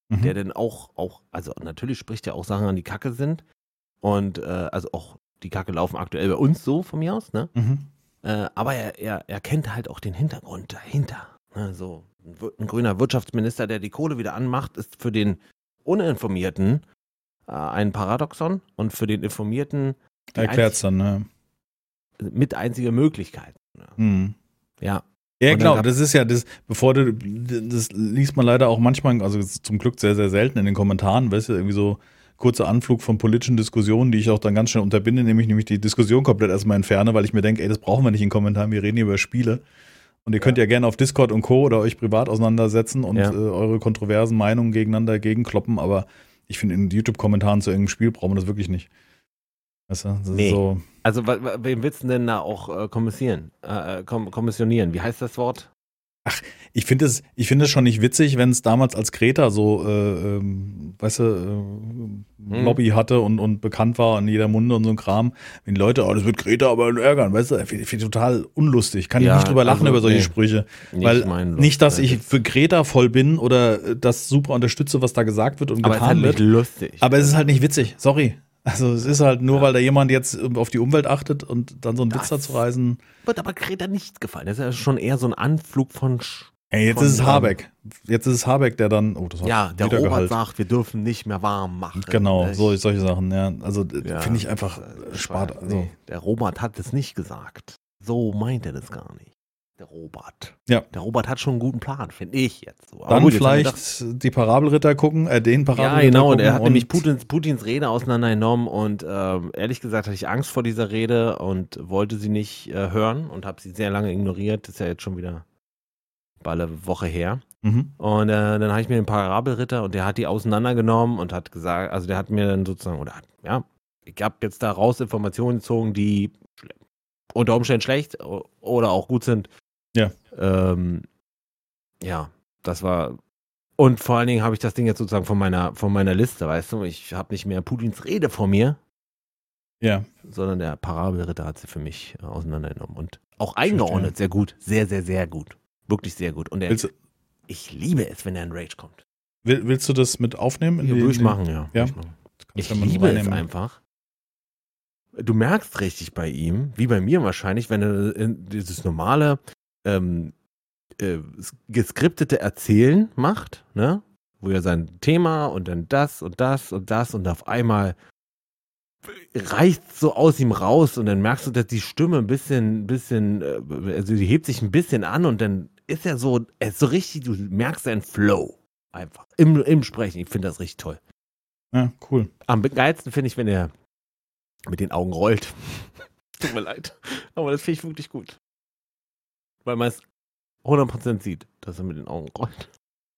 Mhm.
der dann auch, auch, also natürlich spricht er auch Sachen an, die Kacke sind. Und äh, also auch die Kacke laufen aktuell bei uns so von mir aus, ne?
Mhm.
Äh, aber er, er, er kennt halt auch den Hintergrund dahinter. Ne? So ein, wir- ein grüner Wirtschaftsminister, der die Kohle wieder anmacht, ist für den Uninformierten äh, ein Paradoxon und für den Informierten die
Erklärt's dann, ne?
einzig, mit einzige Möglichkeit. Ne?
Mhm.
Ja.
Ja,
Und dann
genau,
gab-
das ist ja das, bevor du, das liest man leider auch manchmal, also zum Glück sehr, sehr selten in den Kommentaren, weißt du, irgendwie so kurzer Anflug von politischen Diskussionen, die ich auch dann ganz schnell unterbinde, nämlich nämlich die Diskussion komplett erstmal entferne, weil ich mir denke, ey, das brauchen wir nicht in Kommentaren, wir reden hier über Spiele. Und ihr könnt ja gerne auf Discord und Co. oder euch privat auseinandersetzen und
Ja.
äh, eure kontroversen Meinungen gegeneinander gegenkloppen, aber ich finde, in YouTube-Kommentaren zu irgendeinem Spiel brauchen wir das wirklich nicht. Weißt du, das
Nee.
ist so.
Also wa- wa- wem willst du denn da auch äh, kommissieren? Äh, kom kommissionieren? Wie heißt das Wort?
Ich finde es, ich finde es schon nicht witzig, wenn es damals als Greta so, äh, ähm, weißt du, äh, Lobby hatte und, und bekannt war in jeder Munde und so ein Kram. Wenn die Leute, oh, das wird Greta aber ärgern, weißt du, finde ich find ich total unlustig. Kann
Ja,
ich nicht drüber lachen
also,
über solche
nee.
Sprüche.
Nicht
Weil
mein Lust.
nicht, dass
Äh,
ich für Greta voll bin oder äh, das super unterstütze, was da gesagt wird und
aber es ist
getan
halt nicht
wird.
lustig.
Aber es ist halt nicht witzig, sorry. Also es ist halt nur, weil da jemand jetzt auf die Umwelt achtet und dann so einen Witz
Das-
dazu reißen.
Wird aber Greta nicht gefallen. Das ist ja schon eher so ein Anflug von. Sch
Ey, jetzt
Von,
ist es
ähm,
Habeck. Jetzt ist es Habeck, der dann, oh, das hat
ja, der
wieder
Robert
Gehalt.
sagt, wir dürfen nicht mehr warm machen.
Genau,
Ich-
so, solche Sachen, ja. Also d-
Ja,
finde ich einfach
äh,
äh, Spart.
nee,
Also,
der Robert hat es nicht gesagt. So meint er das gar nicht. Der Robert.
Ja.
Der Robert hat schon einen guten Plan, finde ich jetzt so. Aber
dann
gut, jetzt haben wir
vielleicht die Parabelritter gucken, äh, den
doch-
Parabelritter
Ja, genau, und
gucken
er hat
und
nämlich Putins, Putins Rede auseinandergenommen und ähm, ehrlich gesagt hatte ich Angst vor dieser Rede und wollte sie nicht äh, hören und habe sie sehr lange ignoriert. Das ist ja jetzt schon wieder bald eine Woche her.
Mhm.
Und äh, dann habe ich mir den Parabelritter und der hat die auseinandergenommen und hat gesagt, also der hat mir dann sozusagen, oder hat, ja, ich habe jetzt daraus Informationen gezogen, die schle- unter Umständen schlecht o- oder auch gut sind.
Ja.
Ähm, ja, das war, und vor allen Dingen habe ich das Ding jetzt sozusagen von meiner, von meiner Liste, weißt du, ich habe nicht mehr Putins Rede vor mir,
Ja,
sondern der Parabelritter hat sie für mich äh, auseinandergenommen und auch eingeordnet, sehr gut, sehr, sehr, sehr gut. Wirklich sehr gut. Und er,
willst, du-
ich liebe es, wenn er in Rage kommt.
will, willst du das mit aufnehmen? in
Ja,
die-
würde ich
in die-
machen, ja.
Ja?
Würd ich machen.
Das kannst
Ich
du ja mal
liebe es
reinnehmen.
einfach. Du merkst richtig bei ihm, wie bei mir wahrscheinlich, wenn er in dieses normale ähm, äh, geskriptete Erzählen macht, ne? Wo er sein Thema und dann das und das und das und auf einmal reicht so aus ihm raus und dann merkst du, dass die Stimme ein bisschen, bisschen, äh, also die hebt sich ein bisschen an und dann ist er so, er ist so richtig, du merkst seinen Flow einfach im, im Sprechen. Ich finde das richtig toll.
Ja, cool.
Am geilsten finde ich, wenn er mit den Augen rollt. Tut mir leid. Aber das finde ich wirklich gut. Weil man es hundert Prozent sieht, dass er mit den Augen rollt.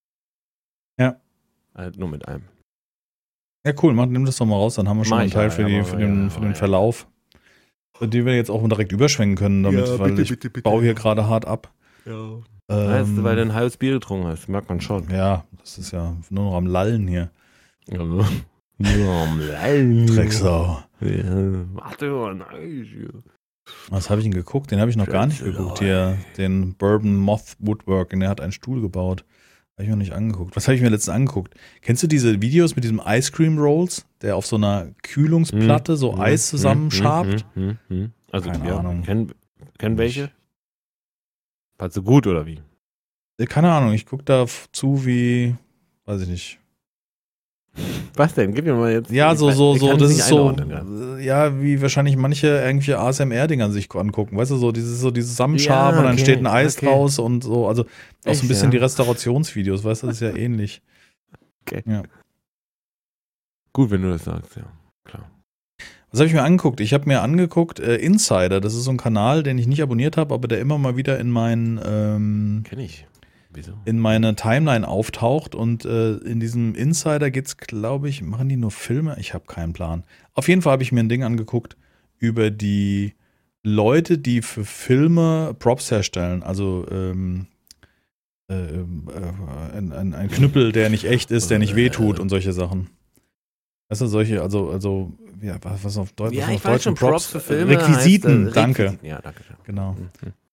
Ja.
Halt nur mit einem.
Ja, cool, mach, nimm das doch mal raus, dann haben wir schon
Mach
einen
ich,
Teil
ja,
für,
ja,
die,
mach
für,
ich,
den,
ja,
für
mach
den
ich.
Verlauf, die wir jetzt auch direkt überschwenken können damit,
Ja,
weil
bitte,
ich
bitte, bitte.
baue hier gerade hart ab.
Ja.
Ähm,
Weißt du, weil du ein halbes Bier getrunken hast, merkt man schon.
ja, das ist ja nur noch am Lallen hier.
Ja, nur am Lallen.
Drecksau.
Ja, warte mal, nein.
Was habe ich denn geguckt? Den habe ich noch gar nicht
Scheiße,
geguckt.
Leute.
Hier, den Bourbon Moth Woodworking, der hat einen Stuhl gebaut. Habe ich noch nicht angeguckt. Was habe ich mir letztens angeguckt? Kennst du diese Videos mit diesem Ice Cream Rolls, der auf so einer Kühlungsplatte so
Hm,
Eis
hm,
zusammenschabt?
hm, hm, hm, hm. Also,
Keine
ja,
Ahnung.
kennen kenn welche? Fandst du gut oder wie?
Äh, Keine Ahnung, ich gucke da f- zu wie, weiß ich nicht.
Was denn? Gib mir mal jetzt.
Ja,
ich
so,
weiß-
so,
ich
so,
kann
das
es nicht
ist so,
einordnen, ja.
äh, ja, wie wahrscheinlich manche irgendwelche A S M R-Dinger sich angucken. Weißt du, so dieses, so dieses Zusammenschaben
Ja,
und dann
okay,
steht ein Eis
okay.
draus und so. Also auch so
Echt,
ein bisschen
ja?
die Restaurationsvideos, weißt du, das ist ja ähnlich.
Okay.
Ja.
Gut, wenn du das sagst, ja. Klar.
Was habe ich mir angeguckt? Ich habe mir angeguckt äh, Insider. Das ist so ein Kanal, den ich nicht abonniert habe, aber der immer mal wieder in meinen ähm,
Kenn ich. Wieso?
in meine Timeline auftaucht. Und äh, in diesem Insider geht's, glaube ich, machen die nur Filme? Ich habe keinen Plan. Auf jeden Fall habe ich mir ein Ding angeguckt über die Leute, die für Filme Props herstellen. Also ähm, äh, äh, ein, ein, ein Knüppel, der nicht echt ist, der nicht wehtut und solche Sachen. Weißt du, solche, also, also, ja, was was auf Deutsch,
Ja,
was
ich
auf
weiß
Deutsch
schon, Props für Filme.
Requisiten,
heißt, äh,
danke.
Requisiten. Ja, danke schön.
Genau.
Mhm.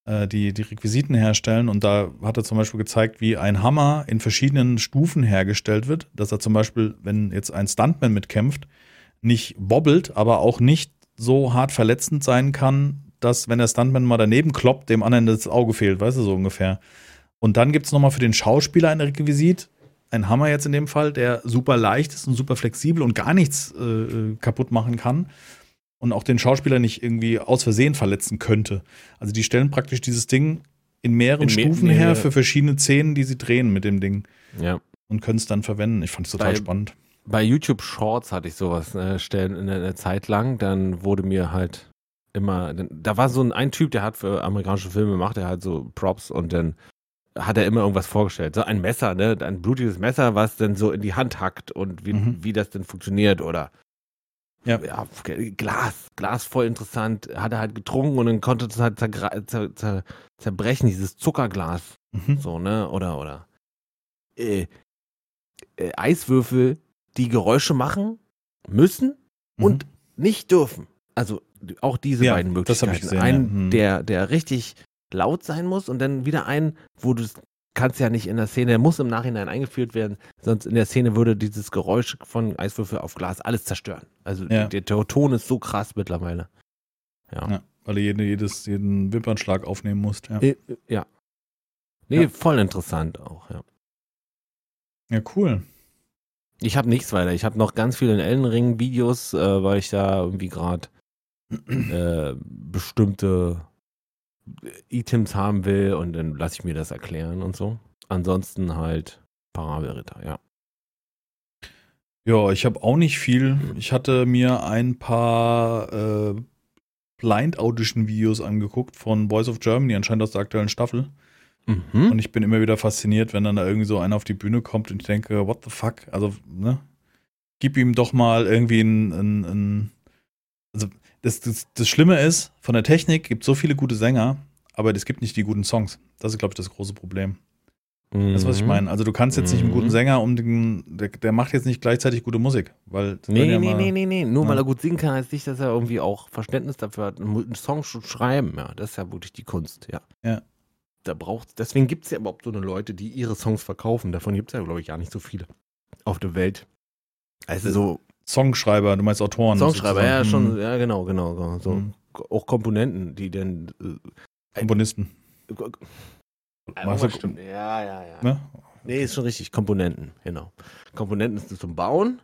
äh, die, die Requisiten herstellen. Und da hat er zum Beispiel gezeigt, wie ein Hammer in verschiedenen Stufen hergestellt wird. Dass er zum Beispiel, wenn jetzt ein Stuntman mitkämpft, nicht wobbelt, aber auch nicht so hart verletzend sein kann, dass, wenn der Stuntman mal daneben kloppt, dem anderen das Auge fehlt, weißt du, so ungefähr. Und dann gibt es nochmal für den Schauspieler ein Requisit, ein Hammer jetzt in dem Fall, der super leicht ist und super flexibel und gar nichts äh, kaputt machen kann und auch den Schauspieler nicht irgendwie aus Versehen verletzen könnte. Also die stellen praktisch dieses Ding in mehreren in Stufen mehr, her für verschiedene Szenen, die sie drehen mit dem Ding.
Ja. Und
können es dann verwenden. Ich fand es total
bei,
spannend.
Bei YouTube Shorts hatte ich sowas äh, stellen in einer Zeit lang, dann wurde mir halt immer, da war so ein, ein Typ, der hat für amerikanische Filme gemacht, der hat so Props und dann hat er immer irgendwas vorgestellt. So ein Messer, ne, ein blutiges Messer, was dann so in die Hand hackt und wie, mhm. wie das denn funktioniert oder ja. ja, Glas, Glas voll interessant, hat er halt getrunken und dann konnte es halt zer, zer, zer, zerbrechen, dieses Zuckerglas, mhm. so, ne, oder, oder äh, äh, Eiswürfel, die Geräusche machen müssen mhm. und nicht dürfen. Also auch diese
ja,
beiden Möglichkeiten.
Das hab ich gesehen,
einen,
ja. hm.
der, der richtig laut sein muss und dann wieder einen, wo du kannst ja nicht in der Szene, der muss im Nachhinein eingeführt werden, sonst in der Szene würde dieses Geräusch von Eiswürfel auf Glas alles zerstören. Also ja. der, der Ton ist so krass mittlerweile. Ja,
ja weil du jede, jedes, jeden Wimpernschlag aufnehmen musst. Ja,
äh, ja. Nee, ja. voll interessant auch, ja.
Ja, cool.
Ich habe nichts weiter. Ich habe noch ganz viele Elden Ring Videos, äh, weil ich da irgendwie gerade äh, bestimmte Items haben will und dann lasse ich mir das erklären und so. Ansonsten halt Parabelritter, ja.
Ja, ich habe auch nicht viel. Ich hatte mir ein paar äh, Blind-Audition-Videos angeguckt von Voice of Germany, anscheinend aus der aktuellen Staffel. Mhm. Und ich bin immer wieder fasziniert, wenn dann da irgendwie so einer auf die Bühne kommt und ich denke, what the fuck? Also, ne? Gib ihm doch mal irgendwie ein, ein, ein also das, das, das Schlimme ist, von der Technik gibt es so viele gute Sänger, aber es gibt nicht die guten Songs. Das ist, glaube ich, das große Problem. Mhm. Das ist, was ich meine. Also du kannst jetzt mhm. nicht einen guten Sänger, um den, der, der macht jetzt nicht gleichzeitig gute Musik. Weil
nee,
ja
nee,
mal,
nee, nee, nee. Nur
ja.
weil er gut singen kann, heißt nicht, dass er irgendwie auch Verständnis dafür hat, einen Song zu schreiben. Ja, das ist ja wirklich die Kunst, ja.
Ja.
Da braucht's, deswegen gibt es ja überhaupt so eine Leute, die ihre Songs verkaufen. Davon gibt es ja, glaube ich, gar nicht so viele auf der Welt. Also so
Songschreiber, du meinst Autoren.
Songschreiber, ja, schon, ja, genau, genau. So. Hm. Auch Komponenten, die denn
äh, Komponisten.
Ja, stimmt. Ja, ja, ja. Ne? Nee, ist schon richtig. Komponenten, genau. Komponenten sind zum Bauen.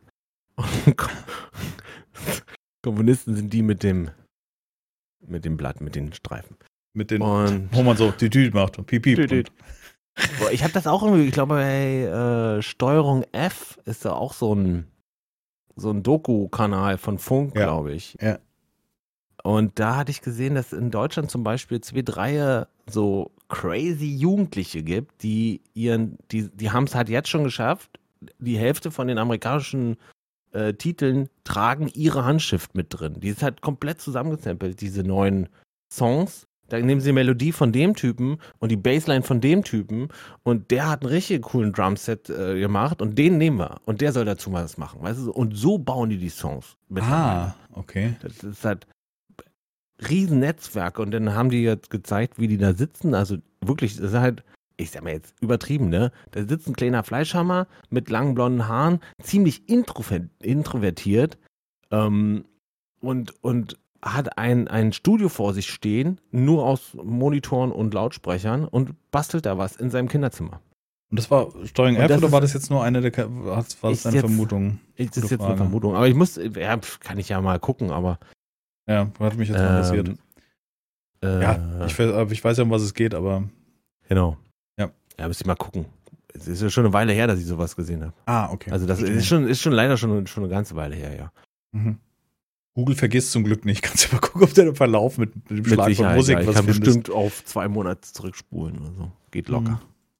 Komponisten sind die mit dem mit dem Blatt, mit den Streifen.
Mit den, und wo man so die Tüte macht und piep, piep.
Und Boah, ich habe das auch irgendwie, ich glaube bei äh, Steuerung F ist da auch so ein so ein Doku-Kanal von Funk, ja. glaube ich.
Ja.
Und da hatte ich gesehen, dass in Deutschland zum Beispiel zwei, drei so crazy Jugendliche gibt, die ihren, die, die haben es halt jetzt schon geschafft, die Hälfte von den amerikanischen äh, Titeln tragen ihre Handschrift mit drin. Die ist halt komplett zusammengesampelt, diese neuen Songs. Da nehmen sie die Melodie von dem Typen und die Bassline von dem Typen und der hat einen richtig coolen Drumset äh, gemacht und den nehmen wir und der soll dazu mal was machen, weißt du? Und so bauen die die Songs.
Ah, okay.
Das ist halt riesen Netzwerke und dann haben die jetzt gezeigt, wie die da sitzen, also wirklich, das ist halt, ich sag mal jetzt übertrieben, ne? Da sitzt ein kleiner Fleischhammer mit langen blonden Haaren, ziemlich intro- introvertiert ähm, und, und hat ein, ein Studio vor sich stehen, nur aus Monitoren und Lautsprechern und bastelt da was in seinem Kinderzimmer.
Und das war Steuerung F oder war das jetzt nur eine der, war das eine
jetzt,
Vermutung?
Das ist jetzt Frage. Eine Vermutung, aber ich muss, ja, kann ich ja mal gucken, aber
ja, hat mich jetzt mal ähm, interessiert. Äh, ja, ich, ich weiß ja, um was es geht, aber
genau.
Ja.
Ja, müsst ihr mal gucken. Es ist ja schon eine Weile her, dass ich sowas gesehen habe.
Ah, okay.
Also das ist schon, ist schon leider schon, schon eine ganze Weile her, ja.
Mhm. Google vergisst zum Glück nicht. Kannst du mal gucken, ob der den Verlauf mit, mit dem mit Schlag von Musik
ja, ich
was
kann
findest.
Bestimmt auf zwei Monate zurückspulen oder so. Geht locker.
Mhm.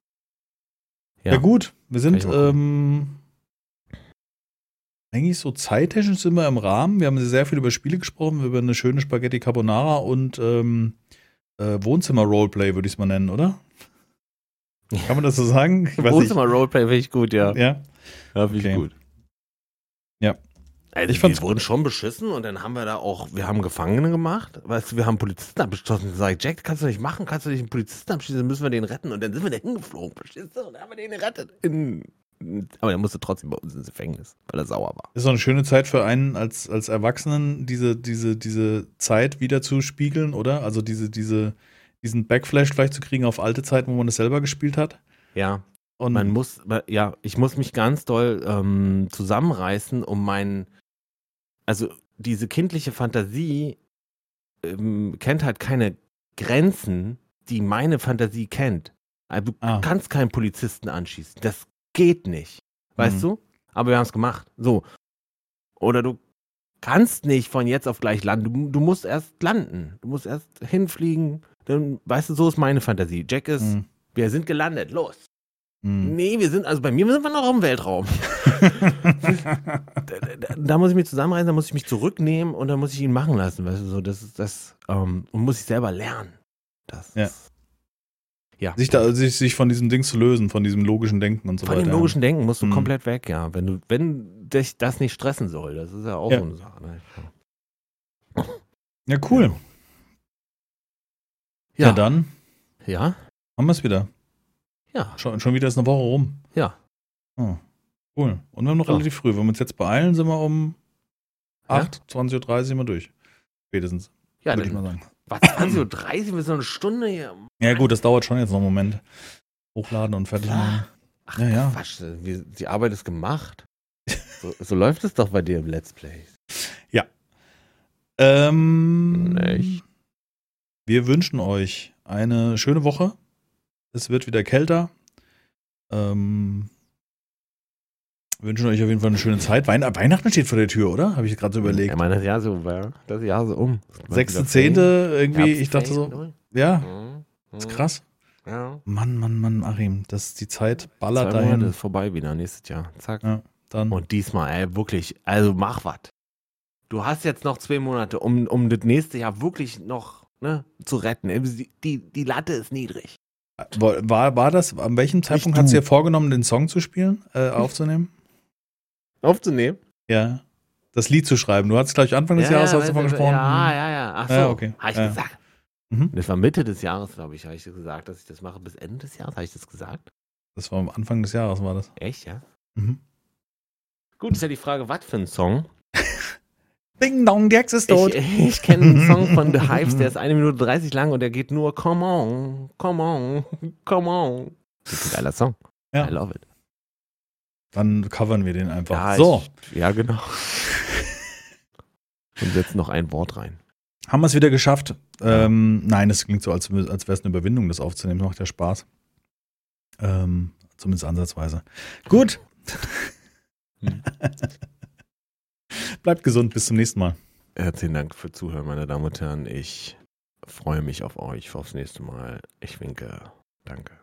Ja. ja gut, wir sind ähm, eigentlich so zeittechnisch sind wir im Rahmen. Wir haben sehr viel über Spiele gesprochen, über eine schöne Spaghetti Carbonara und ähm, äh, Wohnzimmer-Roleplay, würde ich es mal nennen, oder? Kann man das so sagen?
Wohnzimmer-Roleplay finde ich gut, ja.
Ja?
Ja, finde ich
okay.
gut.
Ja.
Also
Ich fand's
wir wurden schon beschissen und dann haben wir da auch, wir haben Gefangene gemacht, weißt du, wir haben Polizisten abgeschossen und gesagt, Jack, kannst du nicht machen, kannst du nicht einen Polizisten abschießen, dann müssen wir den retten und dann sind wir da hingeflogen, verstehst du, und dann haben wir den gerettet. In, aber er musste trotzdem bei uns ins Gefängnis, weil er sauer war.
Ist doch eine schöne Zeit für einen als, als Erwachsenen, diese, diese, diese Zeit wieder zu spiegeln, oder? Also diese, diese, diesen Backflash vielleicht zu kriegen auf alte Zeiten, wo man das selber gespielt hat.
Ja,
Und
man muss, ja, ich muss mich ganz doll ähm, zusammenreißen, um meinen, also diese kindliche Fantasie ähm, kennt halt keine Grenzen, die meine Fantasie kennt. Also du
Ah.
kannst keinen Polizisten anschießen. Das geht nicht. Weißt
Mhm.
du? Aber wir haben es gemacht. So. Oder du kannst nicht von jetzt auf gleich landen. Du, du musst erst landen. Du musst erst hinfliegen. Dann, weißt du, so ist meine Fantasie. Jack ist,
Mhm.
wir sind gelandet. Los.
Mhm.
Nee, wir sind, also bei mir sind wir noch im Weltraum. da, da, da muss ich mich zusammenreißen, da muss ich mich zurücknehmen und dann muss ich ihn machen lassen, weißt du, so, das ist das, ähm, und muss ich selber lernen. Das
Ja.
ist, ja.
sich, da, sich, sich von diesem Ding zu lösen, von diesem logischen Denken und so
Von
weiter.
dem logischen Denken musst du
Mhm.
komplett weg, ja. Wenn du, wenn dich das nicht stressen soll, das ist ja auch
Ja.
so eine Sache. Ne?
Ja, cool. Ja,
Ja.
dann
Ja?
haben wir es wieder.
Ja.
Schon, schon wieder ist eine Woche rum.
Ja.
Oh, cool. Und wir haben noch
Ja.
relativ früh. Wenn wir uns jetzt beeilen, sind wir um
Ja?
acht, zwanzig Uhr dreißig sind wir durch. Spätestens,
Ja,
würde ich mal
dann,
sagen.
was, zwanzig Uhr dreißig, wir sind so eine Stunde hier.
Ja gut, das dauert schon jetzt noch einen Moment. Hochladen und fertig machen.
Ach,
Ja, ja.
Quatsch, wir, die Arbeit ist gemacht. So, so läuft es doch bei dir im Let's Play.
Ähm,
Nicht.
Wir wünschen euch eine schöne Woche. Es wird wieder kälter. Ähm, wünschen euch auf jeden Fall eine schöne Zeit. Wein Weihnachten steht vor der Tür, oder? Habe ich gerade so überlegt.
Ja, meine, das Jahr so, war- das Jahr so um.
Sechste, zehnte irgendwie. Ich dachte so,
so.
ja,
Mhm.
ist krass.
Ja.
Mann, Mann, Mann, Achim, das ist die Zeit, ballert
Zwei Monate
dahin.
ist vorbei wieder, nächstes Jahr. Zack.
Ja, dann.
Und diesmal, ey, wirklich, also mach was. Du hast jetzt noch zwei Monate, um, um das nächste Jahr wirklich noch ne, zu retten. Die, die, die Latte ist niedrig.
War, war das, an welchem Zeitpunkt hat sie dir vorgenommen, den Song zu spielen, äh, aufzunehmen?
Aufzunehmen?
Ja. Das Lied zu schreiben. Du hattest, glaube ich, Anfang des
ja,
Jahres
ja,
hast du davon
weißt du,
gesprochen.
Ja, ja, ja. Ach so,
Ja, okay.
habe ich
Ja.
gesagt.
Mhm.
Das war Mitte des Jahres, glaube ich, habe ich gesagt, dass ich das mache bis Ende des Jahres. Habe ich das gesagt?
Das war am Anfang des Jahres, war das.
Echt, ja?
Mhm.
Gut, ist ja die Frage, was für ein Song?
Ding dong, die Hexe ist tot.
Ich, ich kenne einen Song von The Hives, der ist eine Minute dreißig lang und der geht nur Come on, come on, come on. Das ist ein geiler Song.
Ja.
I love it.
Dann covern wir den einfach.
Ja,
so,
Ich, ja, genau. Und setzen noch ein Wort rein.
haben wir es wieder geschafft. Ähm, nein, es klingt so, als, als wäre es eine Überwindung, das aufzunehmen. Macht ja Spaß. Ähm, zumindest ansatzweise. Gut. Bleibt gesund, bis zum nächsten Mal.
Herzlichen Dank für Zuhören, meine Damen und Herren. Ich freue mich auf euch, aufs nächste Mal. Ich winke. Danke.